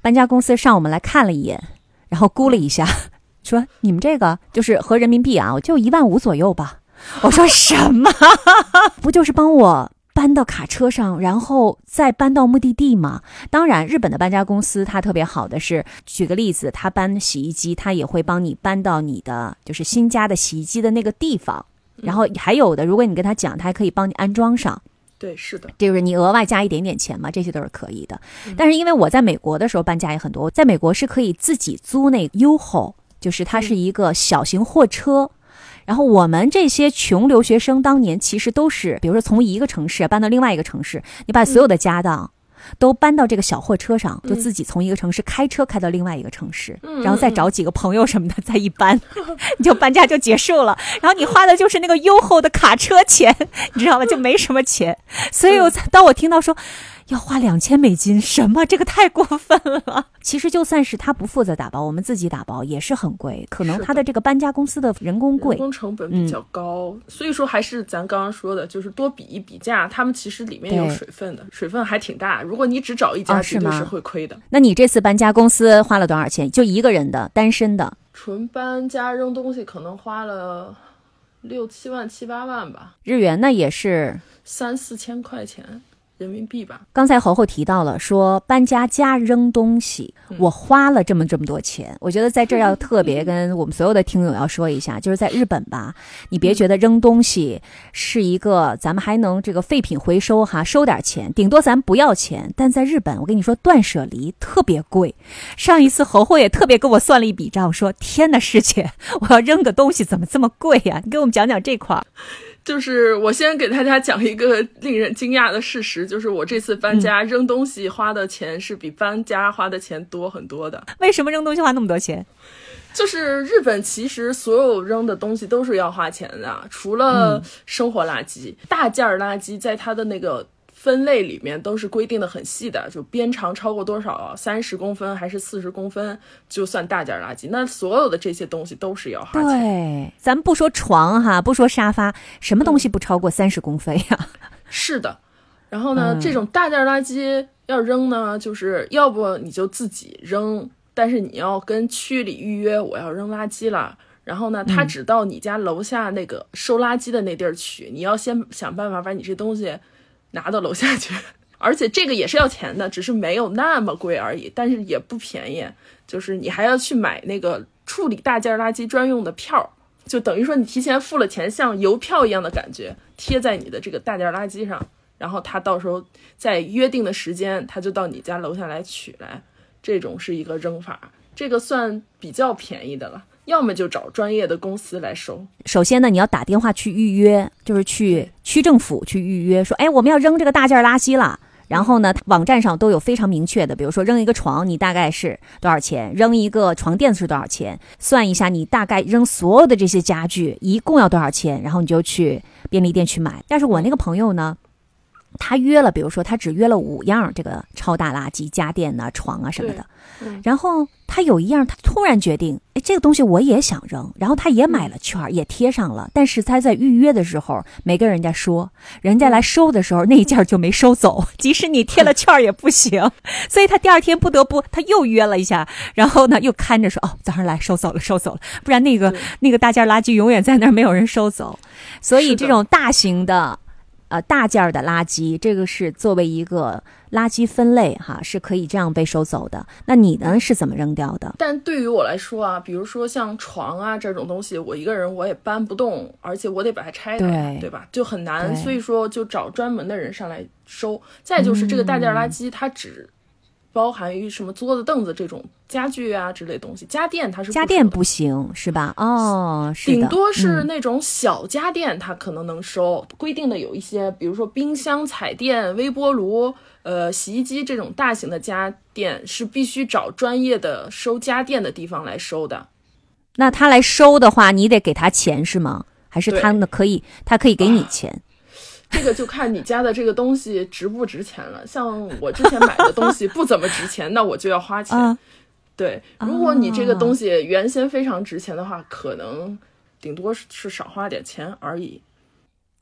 搬家公司上我们来看了一眼，然后估了一下，说你们这个就是合人民币啊，就一万五左右吧。我说什么？不就是帮我搬到卡车上，然后再搬到目的地吗？当然，日本的搬家公司它特别好的是，举个例子，他搬洗衣机，他也会帮你搬到你的就是新家的洗衣机的那个地方。然后还有的，如果你跟他讲，他还可以帮你安装上。 对，是的， 就是你额外加一点点钱嘛，这些都是可以的。但是因为我在美国的时候搬家也很多，在美国是可以自己租那个 U-Haul， 就是它是一个小型货车。然后我们这些穷留学生当年其实都是，比如说从一个城市搬到另外一个城市，你把所有的家当都搬到这个小货车上，就自己从一个城市开车开到另外一个城市，然后再找几个朋友什么的再一搬，你就搬家就结束了。然后你花的就是那个优厚的卡车钱，你知道吗？就没什么钱。所以我当我听到说要花两千美金，什么这个太过分了。其实就算是他不负责打包，我们自己打包也是很贵，可能他的这个搬家公司的人工贵， 人工成本比较高、嗯、所以说还是咱刚刚说的，就是多比一比价，他们其实里面有水分的，水分还挺大，如果你只找一家绝对是会亏的、哦、 那你这次搬家公司花了多少钱？就一个人的单身的纯搬家扔东西可能花了六七万七八万吧， 日元那也是三四千块钱人民币吧。 刚才侯侯提到了说搬家加扔东西、嗯、我花了这么这么多钱，我觉得在这儿要特别跟我们所有的听友要说一下，就是在日本吧，你别觉得扔东西是一个咱们还能这个废品回收哈，收点钱，顶多咱不要钱，但在日本我跟你说断舍离特别贵。上一次侯侯也特别跟我算了一笔账，说天哪师姐，我要扔个东西怎么这么贵呀、啊？你给我们讲讲这块。 就是我先给大家讲一个令人惊讶的事实，就是我这次搬家、嗯、扔东西花的钱是比搬家花的钱多很多的。 为什么扔东西花那么多钱？ 就是日本其实所有扔的东西都是要花钱的，除了生活垃圾、嗯、大件垃圾在它的那个分类里面都是规定的很细的，就边长超过多少，三十公分还是四十公分就算大件垃圾，那所有的这些东西都是要花钱。 对，咱们不说床哈，不说沙发，什么东西不超过三十公分呀、嗯、 是的。然后呢、嗯、这种大件垃圾要扔呢，就是要不你就自己扔，但是你要跟区里预约，我要扔垃圾了，然后呢他只到你家楼下那个收垃圾的那地儿取、嗯、你要先想办法把你这东西拿到楼下去，而且这个也是要钱的，只是没有那么贵而已，但是也不便宜，就是你还要去买那个处理大件垃圾专用的票，就等于说你提前付了钱，像邮票一样的感觉贴在你的这个大件垃圾上，然后他到时候在约定的时间他就到你家楼下来取来，这种是一个扔法，这个算比较便宜的了，要么就找专业的公司来收。 首先呢，你要打电话去预约，就是去区政府去预约，说哎，我们要扔这个大件垃圾了。然后呢，网站上都有非常明确的，比如说扔一个床你大概是多少钱，扔一个床垫是多少钱，算一下你大概扔所有的这些家具一共要多少钱，然后你就去便利店去买。但是我那个朋友呢，他约了，比如说他只约了五样这个超大垃圾，家电啊、床啊什么的、嗯、然后他有一样他突然决定，哎，这个东西我也想扔，然后他也买了券、嗯、也贴上了，但是他在预约的时候没跟人家说，人家来收的时候那一件就没收走，即使你贴了券也不行，所以他第二天不得不他又约了一下，然后呢又看着说哦，早上来收走了收走了，不然那个那个大件垃圾永远在那儿没有人收走。所以这种大型的呃，大件的垃圾，这个是作为一个垃圾分类哈，是可以这样被收走的。那你呢是怎么扔掉的？ 但对于我来说啊，比如说像床啊这种东西，我一个人我也搬不动，而且我得把它拆开， 对, 对吧？就很难，所以说就找专门的人上来收。再就是这个大件垃圾，它只包含于什么桌子、凳子这种家具啊之类东西，家电它是不家电不行是吧？哦，是的， 顶多是那种小家电，它可能能收、嗯。规定的有一些，比如说冰箱、彩电、微波炉、呃洗衣机这种大型的家电是必须找专业的收家电的地方来收的。 那他来收的话，你得给他钱是吗？还是他呢可以他可以给你钱？啊这个就看你家的这个东西值不值钱了，像我之前买的东西不怎么值钱，那我就要花钱、啊、对，如果你这个东西原先非常值钱的话，可能顶多是少花点钱而已。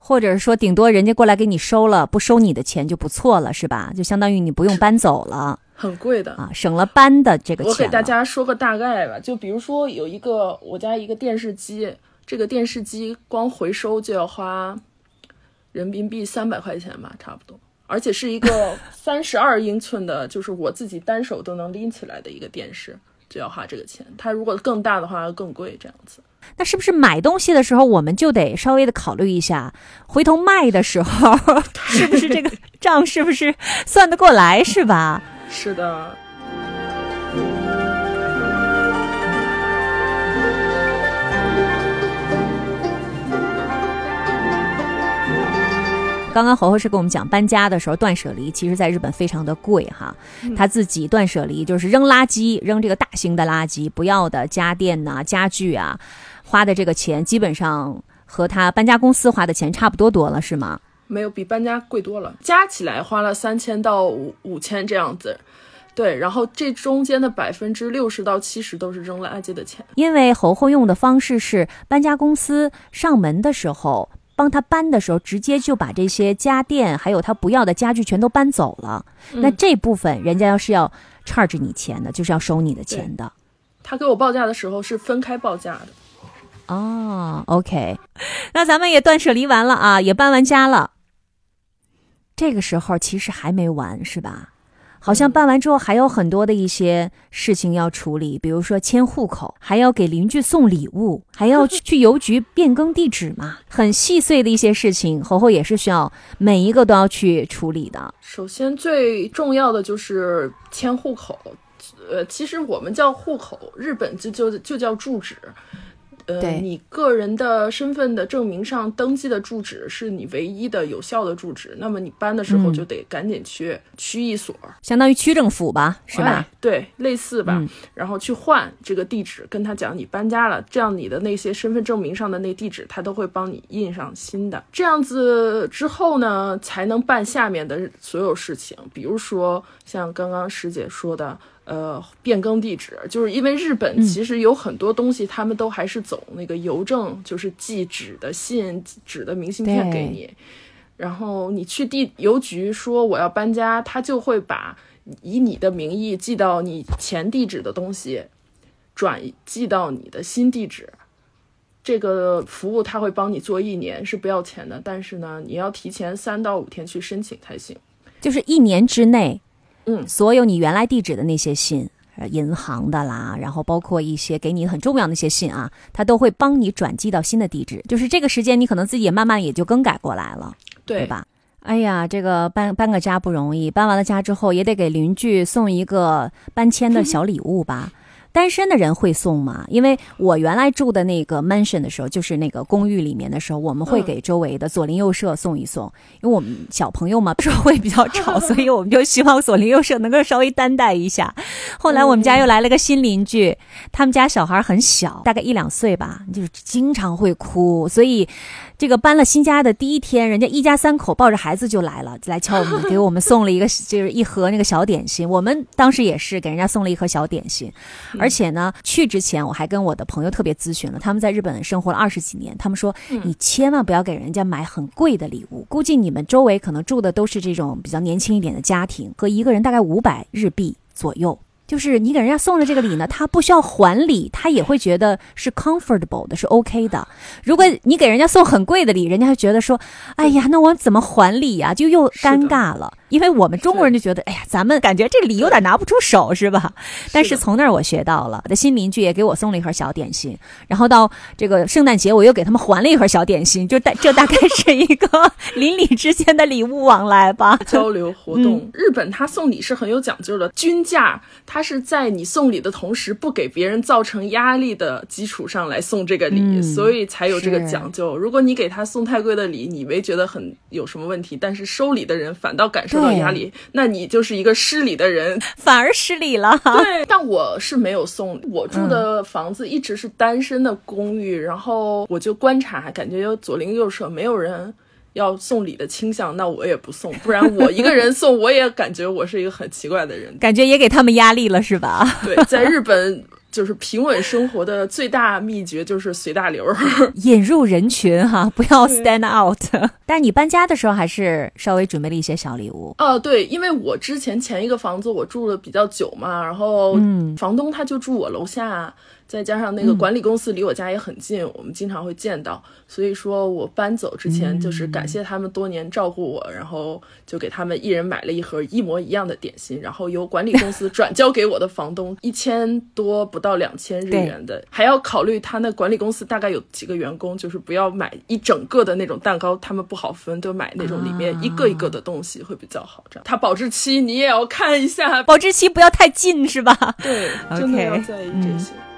或者说顶多人家过来给你收了，不收你的钱就不错了，是吧？就相当于你不用搬走了， 很贵的啊，省了搬的这个钱了。 我给大家说个大概吧，就比如说有一个我家一个电视机，这个电视机光回收就要花人民币三百块钱吧，差不多，而且是一个三十二英寸的，就是我自己单手都能拎起来的一个电视，就要花这个钱。它如果更大的话更贵，这样子。 那是不是买东西的时候我们就得稍微的考虑一下，回头卖的时候是不是这个账是不是算得过来，是吧？ 是的。 刚刚侯侯是跟我们讲搬家的时候断舍离，其实在日本非常的贵哈。他自己断舍离就是扔垃圾，扔这个大型的垃圾，不要的家电呐、啊、家具啊，花的这个钱基本上和他搬家公司花的钱差不多多了，是吗？ 没有，比搬家贵多了，加起来花了三千到五五千这样子。对，然后这中间的百分之六十到七十都是扔垃圾的钱。 因为侯侯用的方式是搬家公司上门的时候，帮他搬的时候直接就把这些家电还有他不要的家具全都搬走了、嗯、那这部分人家要是要 charge 你钱的，就是要收你的钱的。 他给我报价的时候是分开报价的。 哦 OK， 那咱们也断舍离完了啊，也搬完家了，这个时候其实还没完，是吧？好像办完之后还有很多的一些事情要处理，比如说迁户口，还要给邻居送礼物，还要去邮局变更地址嘛，很细碎的一些事情，侯侯也是需要每一个都要去处理的。 首先最重要的就是迁户口，呃，其实我们叫户口，日本就就就叫住址。呃，你个人的身份的证明上登记的住址是你唯一的有效的住址，那么你搬的时候就得赶紧去区役所、嗯、 相当于区政府吧，是吧、哎、 对，类似吧、嗯、然后去换这个地址，跟他讲你搬家了，这样你的那些身份证明上的那地址他都会帮你印上新的，这样子之后呢才能办下面的所有事情，比如说像刚刚师姐说的呃，变更地址，就是因为日本其实有很多东西他们都还是走那个邮政、嗯、就是寄纸的信、纸的明信片给你，然后你去地邮局说我要搬家，他就会把以你的名义寄到你前地址的东西转寄到你的新地址，这个服务他会帮你做一年，是不要钱的，但是呢你要提前三到五天去申请才行， 就是一年之内嗯， 所有你原来地址的那些信，银行的啦，然后包括一些给你很重要的那些信啊，它都会帮你转寄到新的地址，就是这个时间你可能自己也慢慢也就更改过来了， 对, 对吧？哎呀，这个搬搬个家不容易，搬完了家之后也得给邻居送一个搬迁的小礼物吧。单身的人会送吗？因为我原来住的那个 mansion 的时候，就是那个公寓里面的时候，我们会给周围的左邻右舍送一送，因为我们小朋友嘛，说会比较吵，所以我们就希望左邻右舍能够稍微担待一下。后来我们家又来了个新邻居，他们家小孩很小，大概一两岁吧，就是经常会哭，所以这个搬了新家的第一天，人家一家三口抱着孩子就来了，来敲我们，给我们送了一个就是一盒那个小点心，我们当时也是给人家送了一盒小点心。而且呢，去之前我还跟我的朋友特别咨询了，他们在日本生活了二十几年，他们说你千万不要给人家买很贵的礼物，估计你们周围可能住的都是这种比较年轻一点的家庭，和一个人大概五百日币左右，就是你给人家送的这个礼呢，他不需要还礼，他也会觉得是 comfortable 的，是 OK 的。如果你给人家送很贵的礼，人家会觉得说，哎呀，那我怎么还礼啊？就又尴尬了。因为我们中国人就觉得，哎呀，咱们感觉这礼有点拿不出手，是吧？但是从那儿我学到了，我的新邻居也给我送了一盒小点心，然后到这个圣诞节我又给他们还了一盒小点心，就大这大概是一个邻里之间的礼物往来吧， 交流活动、嗯。日本他送礼是很有讲究的，均价他是在你送礼的同时不给别人造成压力的基础上来送这个礼、嗯、所以才有这个讲究。如果你给他送太贵的礼，你没觉得很有什么问题，但是收礼的人反倒感受到压力，那你就是一个失礼的人， 反而失礼了。 对，但我是没有送，我住的房子一直是单身的公寓、嗯、然后我就观察，感觉有左邻右舍没有人要送礼的倾向，那我也不送，不然我一个人送我也感觉我是一个很奇怪的人， 感觉也给他们压力了是吧？ 对，在日本就是平稳生活的最大秘诀就是随大流， 引入人群哈，不要 stand out。但是你搬家的时候还是稍微准备了一些小礼物。 哦，对，因为我之前前一个房子我住了比较久嘛，然后房东他就住我楼下，再加上那个管理公司离我家也很近，我们经常会见到，所以说我搬走之前就是感谢他们多年照顾我，然后就给他们一人买了一盒一模一样的点心，然后由管理公司转交给我的房东一千多不到两千日元的，还要考虑他那管理公司大概有几个员工，就是不要买一整个的那种蛋糕，他们不好分，都买那种里面一个一个的东西会比较好。这样，它保质期你也要看一下， 保质期不要太近是吧？ 对，真的要在意这些。嗯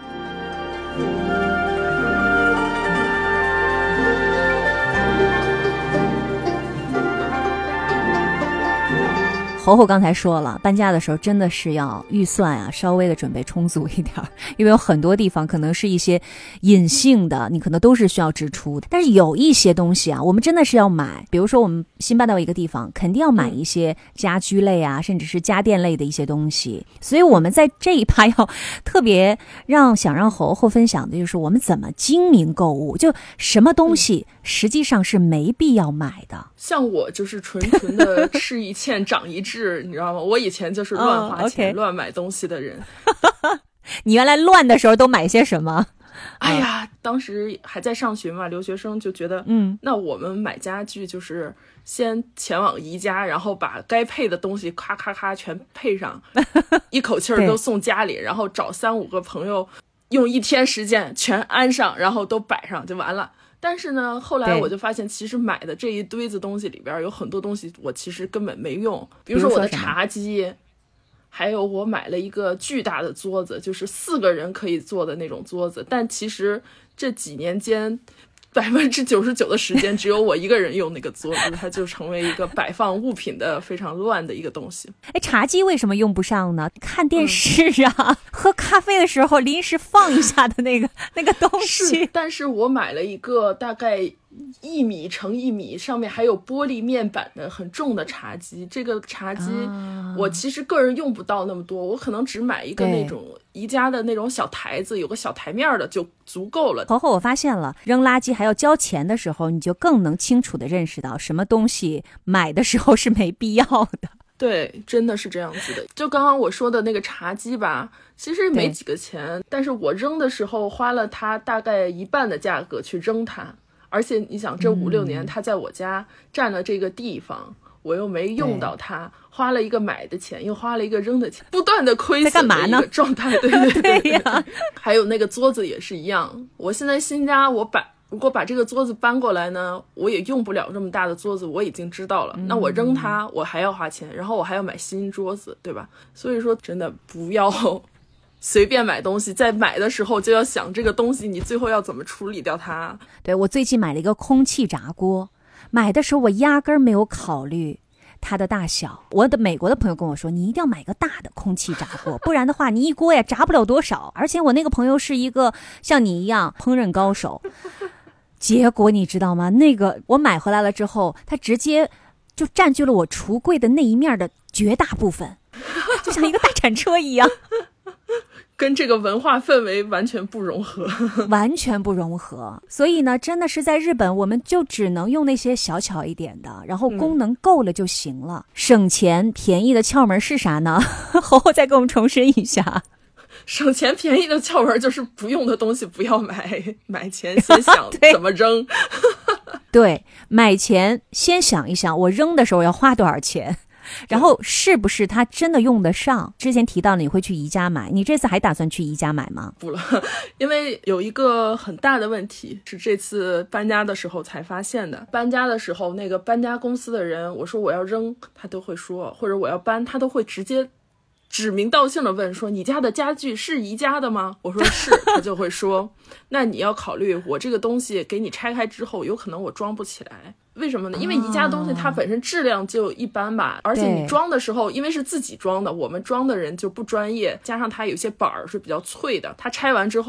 侯侯刚才说了，搬家的时候真的是要预算啊稍微的准备充足一点，因为有很多地方可能是一些隐性的，你可能都是需要支出的。但是有一些东西啊，我们真的是要买，比如说我们新搬到一个地方，肯定要买一些家居类啊，甚至是家电类的一些东西。所以我们在这一趴要特别让想让侯侯分享的就是我们怎么精明购物，就什么东西实际上是没必要买的。 像我就是纯纯的吃一堑长一智，你知道吗？我以前就是乱花钱、oh, okay. 乱买东西的人。 你原来乱的时候都买些什么？ 哎呀，当时还在上学嘛，留学生就觉得，嗯，那我们买家具就是先前往宜家，然后把该配的东西咔咔咔全配上，一口气儿都送家里，然后找三五个朋友，用一天时间全安上，然后都摆上就完了。但是呢，后来我就发现，其实买的这一堆子东西里边有很多东西我其实根本没用，比如说我的茶几，还有我买了一个巨大的桌子，就是四个人可以坐的那种桌子，但其实这几年间百分之九十九的时间只有我一个人用那个桌子，它就成为一个摆放物品的非常乱的一个东西。 哎，茶几为什么用不上呢？看电视啊、嗯、喝咖啡的时候临时放一下的那个那个东西。 是，但是我买了一个大概一米乘一米，上面还有玻璃面板的很重的茶几。这个茶几我其实个人用不到那么多，我可能只买一个那种宜家的那种小台子，有个小台面的就足够了。 侯侯，我发现了，扔垃圾还要交钱的时候，你就更能清楚地认识到什么东西买的时候是没必要的。 对，真的是这样子的。就刚刚我说的那个茶几吧，其实没几个钱，但是我扔的时候花了它大概一半的价格去扔它。而且你想，这五六年他在我家占了这个地方、嗯、我又没用到它，花了一个买的钱，又花了一个扔的钱，不断的亏损的一个状态。对对 对, 对呀。还有那个桌子也是一样，我现在新家我把如果把这个桌子搬过来呢，我也用不了这么大的桌子，我已经知道了、嗯、那我扔它我还要花钱，然后我还要买新桌子，对吧？所以说真的不要随便买东西，在买的时候就要想这个东西你最后要怎么处理掉它。 对，我最近买了一个空气炸锅，买的时候我压根儿没有考虑它的大小。我的美国的朋友跟我说，你一定要买个大的空气炸锅，不然的话你一锅呀炸不了多少。而且我那个朋友是一个像你一样烹饪高手，结果你知道吗？那个我买回来了之后，它直接就占据了我橱柜的那一面的绝大部分，就像一个大铲车一样。 跟这个文化氛围完全不融合， 完全不融合。所以呢，真的是在日本，我们就只能用那些小巧一点的，然后功能够了就行了。嗯、省钱便宜的窍门是啥呢？侯侯再给我们重申一下。 省钱便宜的窍门就是不用的东西不要买，买前先想怎么扔。 对，买前先想一想，我扔的时候要花多少钱。然后是不是他真的用得上？之前提到了你会去宜家买，你这次还打算去宜家买吗？ 不了，因为有一个很大的问题是这次搬家的时候才发现的。搬家的时候那个搬家公司的人，我说我要扔他都会说，或者我要搬他都会直接指名道姓的问说，你家的家具是宜家的吗？我说是，他就会说那你要考虑我这个东西给你拆开之后有可能我装不起来。为什么呢？因为宜家东西它本身质量就一般吧，而且你装的时候因为是自己装的，我们装的人就不专业，加上它有些板儿是比较脆的，它拆完之后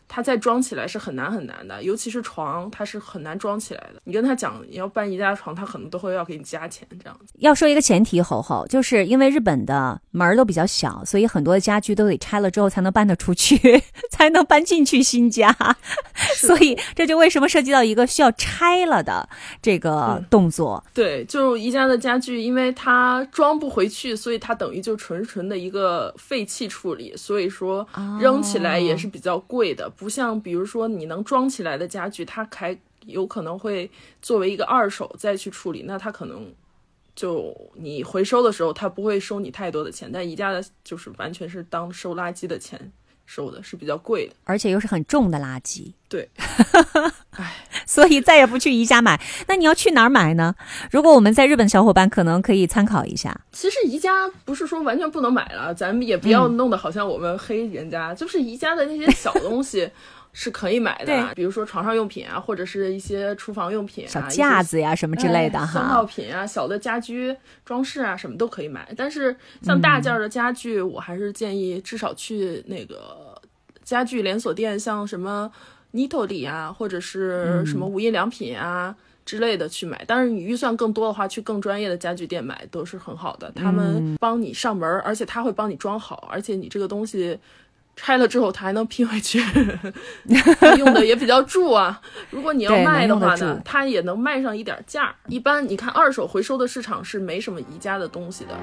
它再装起来是很难很难的，尤其是床，它是很难装起来的。你跟他讲你要搬宜家床，他可能都会要给你加钱这样子。 要说一个前提，吼吼，就是因为日本的门都比较小，所以很多的家具都得拆了之后才能搬得出去，才能搬进去新家。所以这就为什么涉及到一个需要拆了的这个动作。 嗯、对，就宜家的家具，因为它装不回去，所以它等于就纯纯的一个废弃处理，所以说扔起来也是比较贵的。哦、不像比如说你能装起来的家具，它还有可能会作为一个二手再去处理，那它可能就你回收的时候它不会收你太多的钱，但宜家的就是完全是当收垃圾的钱收的，是比较贵的， 而且又是很重的垃圾。 对， 所以再也不去宜家买。那你要去哪儿买呢？如果我们在日本小伙伴可能可以参考一下。 其实宜家不是说完全不能买了，咱们也不要弄得好像我们黑人家，嗯、就是宜家的那些小东西是可以买的，啊，比如说床上用品啊，或者是一些厨房用品啊， 小架子呀什么之类的哈， 消耗品啊，小的家居装饰啊，什么都可以买。但是像大件的家具，嗯、我还是建议至少去那个家具连锁店，像什么Nitori啊，或者是什么无印良品啊。嗯之类的去买，但是你预算更多的话，去更专业的家具店买都是很好的，他们帮你上门，嗯、而且他会帮你装好，而且你这个东西拆了之后它还能拼回去，用的也比较住啊。如果你要卖的话呢，它也能卖上一点价。一般你看二手回收的市场是没什么宜家的东西的。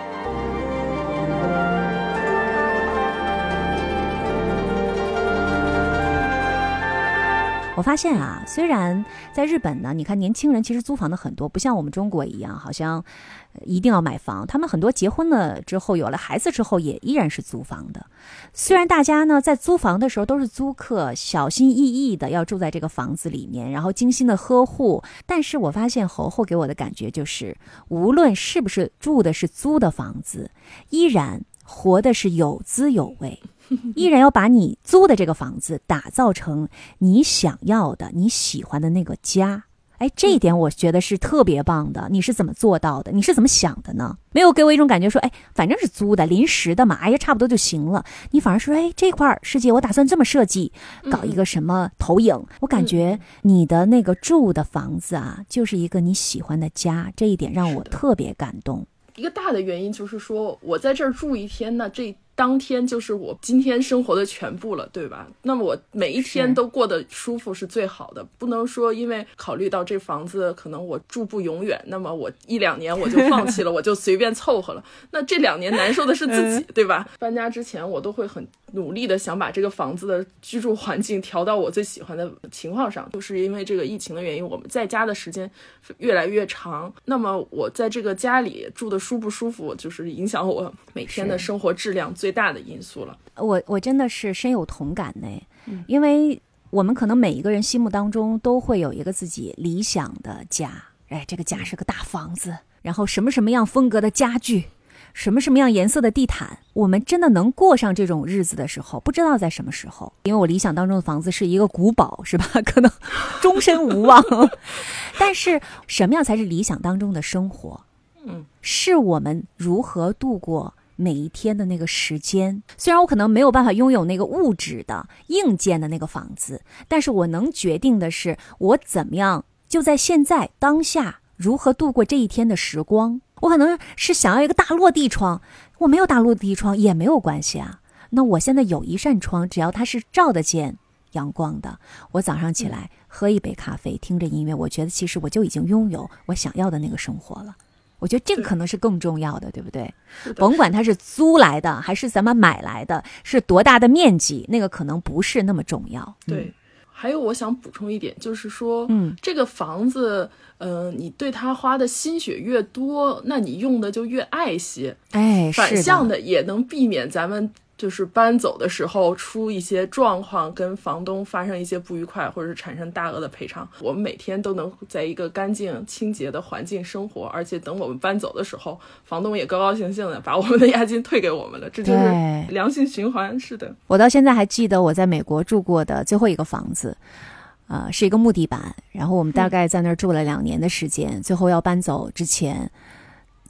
我发现啊，虽然在日本呢，你看年轻人其实租房的很多，不像我们中国一样，好像一定要买房。他们很多结婚了之后，有了孩子之后，也依然是租房的。虽然大家呢在租房的时候都是租客，小心翼翼的要住在这个房子里面，然后精心的呵护，但是我发现侯侯给我的感觉就是，无论是不是住的是租的房子，依然活的是有滋有味。依然要把你租的这个房子打造成你想要的、你喜欢的那个家。哎，这一点我觉得是特别棒的。你是怎么做到的？你是怎么想的呢？没有给我一种感觉说，哎，反正是租的、临时的嘛，哎呀，差不多就行了。你反而说，哎，这块世界我打算这么设计，搞一个什么投影。嗯、我感觉你的那个住的房子啊，就是一个你喜欢的家，这一点让我特别感动。 一个大的原因就是说，我在这儿住一天呢，这当天就是我今天生活的全部了，对吧？那么我每一天都过得舒服是最好的，不能说因为考虑到这房子可能我住不永远，那么我一两年我就放弃了，我就随便凑合了。那这两年难受的是自己，对吧？搬家之前我都会很努力的想把这个房子的居住环境调到我最喜欢的情况上，就是因为这个疫情的原因，我们在家的时间越来越长，那么我在这个家里住的舒不舒服，就是影响我每天的生活质量最大的因素了。 我我真的是深有同感呢，嗯、因为我们可能每一个人心目当中都会有一个自己理想的家，哎，这个家是个大房子，然后什么什么样风格的家具，什么什么样颜色的地毯，我们真的能过上这种日子的时候，不知道在什么时候。因为我理想当中的房子是一个古堡，是吧？可能终身无望。但是什么样才是理想当中的生活？嗯，是我们如何度过每一天的那个时间。虽然我可能没有办法拥有那个物质的硬件的那个房子，但是我能决定的是我怎么样就在现在当下如何度过这一天的时光。我可能是想要一个大落地窗，我没有大落地窗也没有关系啊。那我现在有一扇窗，只要它是照得见阳光的，我早上起来喝一杯咖啡，听着音乐，我觉得其实我就已经拥有我想要的那个生活了。我觉得这个可能是更重要的， 对, 对不对？甭管它是租来的还是咱们买来的，是多大的面积，那个可能不是那么重要。 对。嗯，还有我想补充一点，就是说，嗯，这个房子，呃，你对它花的心血越多，那你用的就越爱惜。 哎， 反向的也能避免咱们就是搬走的时候出一些状况，跟房东发生一些不愉快，或者是产生大额的赔偿。我们每天都能在一个干净清洁的环境生活，而且等我们搬走的时候，房东也高高兴兴的把我们的押金退给我们了，这就是良性循环。是的， 我到现在还记得我在美国住过的最后一个房子，呃，是一个木地板，然后我们大概在那儿住了两年的时间，嗯、最后要搬走之前，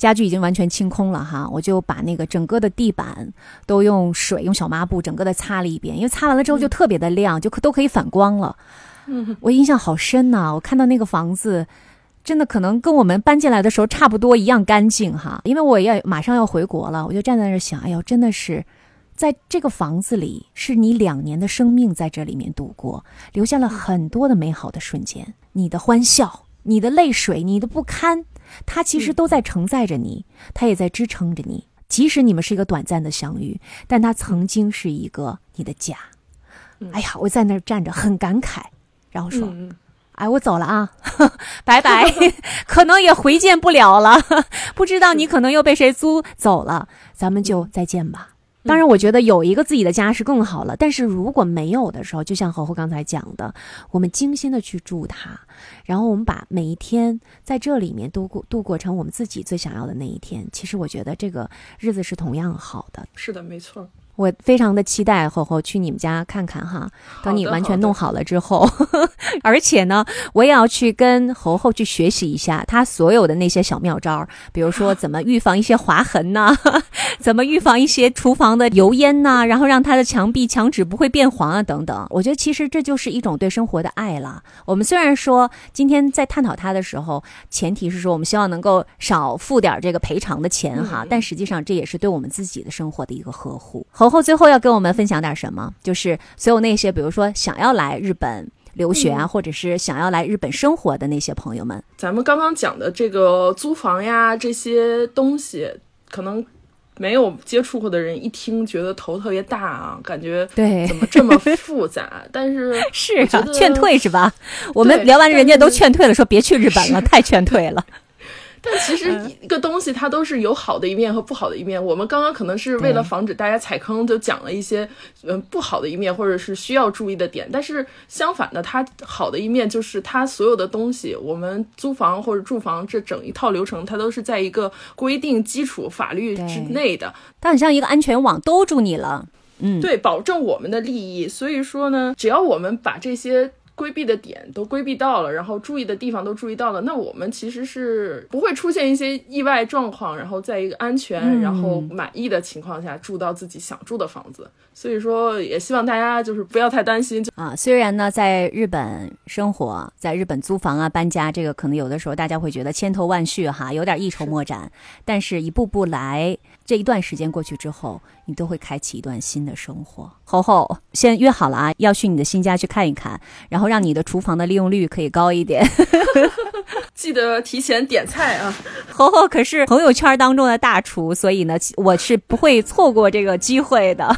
家具已经完全清空了哈，我就把那个整个的地板都用水用小抹布整个的擦了一遍，因为擦完了之后就特别的亮，就都可以反光了。嗯，我印象好深呐、啊，我看到那个房子真的可能跟我们搬进来的时候差不多一样干净哈，因为我也马上要回国了，我就站在那儿想，哎呦，真的是在这个房子里是你两年的生命在这里面度过，留下了很多的美好的瞬间，你的欢笑，你的泪水，你的不堪，它其实都在承载着你，它也在支撑着你，即使你们是一个短暂的相遇，但它曾经是一个你的家。哎呀，我在那儿站着很感慨，然后说、嗯、哎，我走了啊，拜拜可能也回见不了了不知道你可能又被谁租走了，咱们就再见吧。当然我觉得有一个自己的家是更好了，但是如果没有的时候，就像侯侯刚才讲的，我们精心的去住它，然后我们把每一天在这里面度过度过成我们自己最想要的那一天，其实我觉得这个日子是同样好的。 是的，没错。 我非常的期待侯侯去你们家看看哈，等你完全弄好了之后而且呢我也要去跟侯侯去学习一下他所有的那些小妙招，比如说怎么预防一些划痕呐、啊、怎么预防一些厨房的油烟呐、啊，然后让他的墙壁墙纸不会变黄啊等等。我觉得其实这就是一种对生活的爱了。我们虽然说今天在探讨他的时候，前提是说我们希望能够少付点这个赔偿的钱哈、嗯，但实际上这也是对我们自己的生活的一个呵护。侯侯最后要跟我们分享点什么，就是所有那些比如说想要来日本留学啊、嗯、或者是想要来日本生活的那些朋友们， 咱们刚刚讲的这个租房呀这些东西，可能没有接触过的人一听觉得头特别大啊，感觉对怎么这么复杂但是是啊，劝退是吧？我们聊完人家都劝退了，说别去日本了，太劝退了但其实一个东西它都是有好的一面和不好的一面，我们刚刚可能是为了防止大家踩坑就讲了一些嗯不好的一面或者是需要注意的点，但是相反的它好的一面就是它所有的东西，我们租房或者住房这整一套流程它都是在一个规定基础法律之内的， 它很像一个安全网兜住你了，嗯， 对，保证我们的利益。所以说呢，只要我们把这些规避的点都规避到了，然后注意的地方都注意到了，那我们其实是不会出现一些意外状况，然后在一个安全、嗯、然后满意的情况下住到自己想住的房子。所以说也希望大家就是不要太担心啊。虽然呢在日本生活，在日本租房啊搬家，这个可能有的时候大家会觉得千头万绪哈，有点一筹莫展，但是一步步来，这一段时间过去之后，你都会开启一段新的生活。侯侯先约好了啊，要去你的新家去看一看，然后让你的厨房的利用率可以高一点记得提前点菜啊。 侯侯可是朋友圈当中的大厨，所以呢我是不会错过这个机会的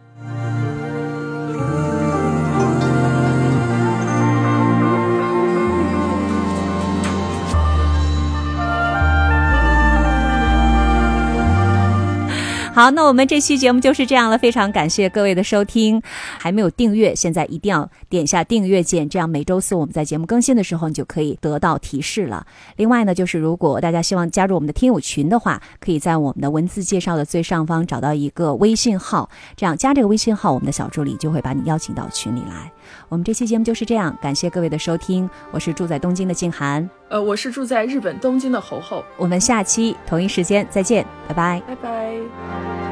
好，那我们这期节目就是这样了，非常感谢各位的收听。还没有订阅，现在一定要点下订阅键，这样每周四我们在节目更新的时候你就可以得到提示了。另外呢，就是如果大家希望加入我们的听友群的话，可以在我们的文字介绍的最上方找到一个微信号，这样加这个微信号，我们的小助理就会把你邀请到群里来。我们这期节目就是这样，感谢各位的收听，我是住在东京的静涵， 呃，我是住在日本东京的侯侯， 我们下期同一时间再见，拜拜， 拜拜。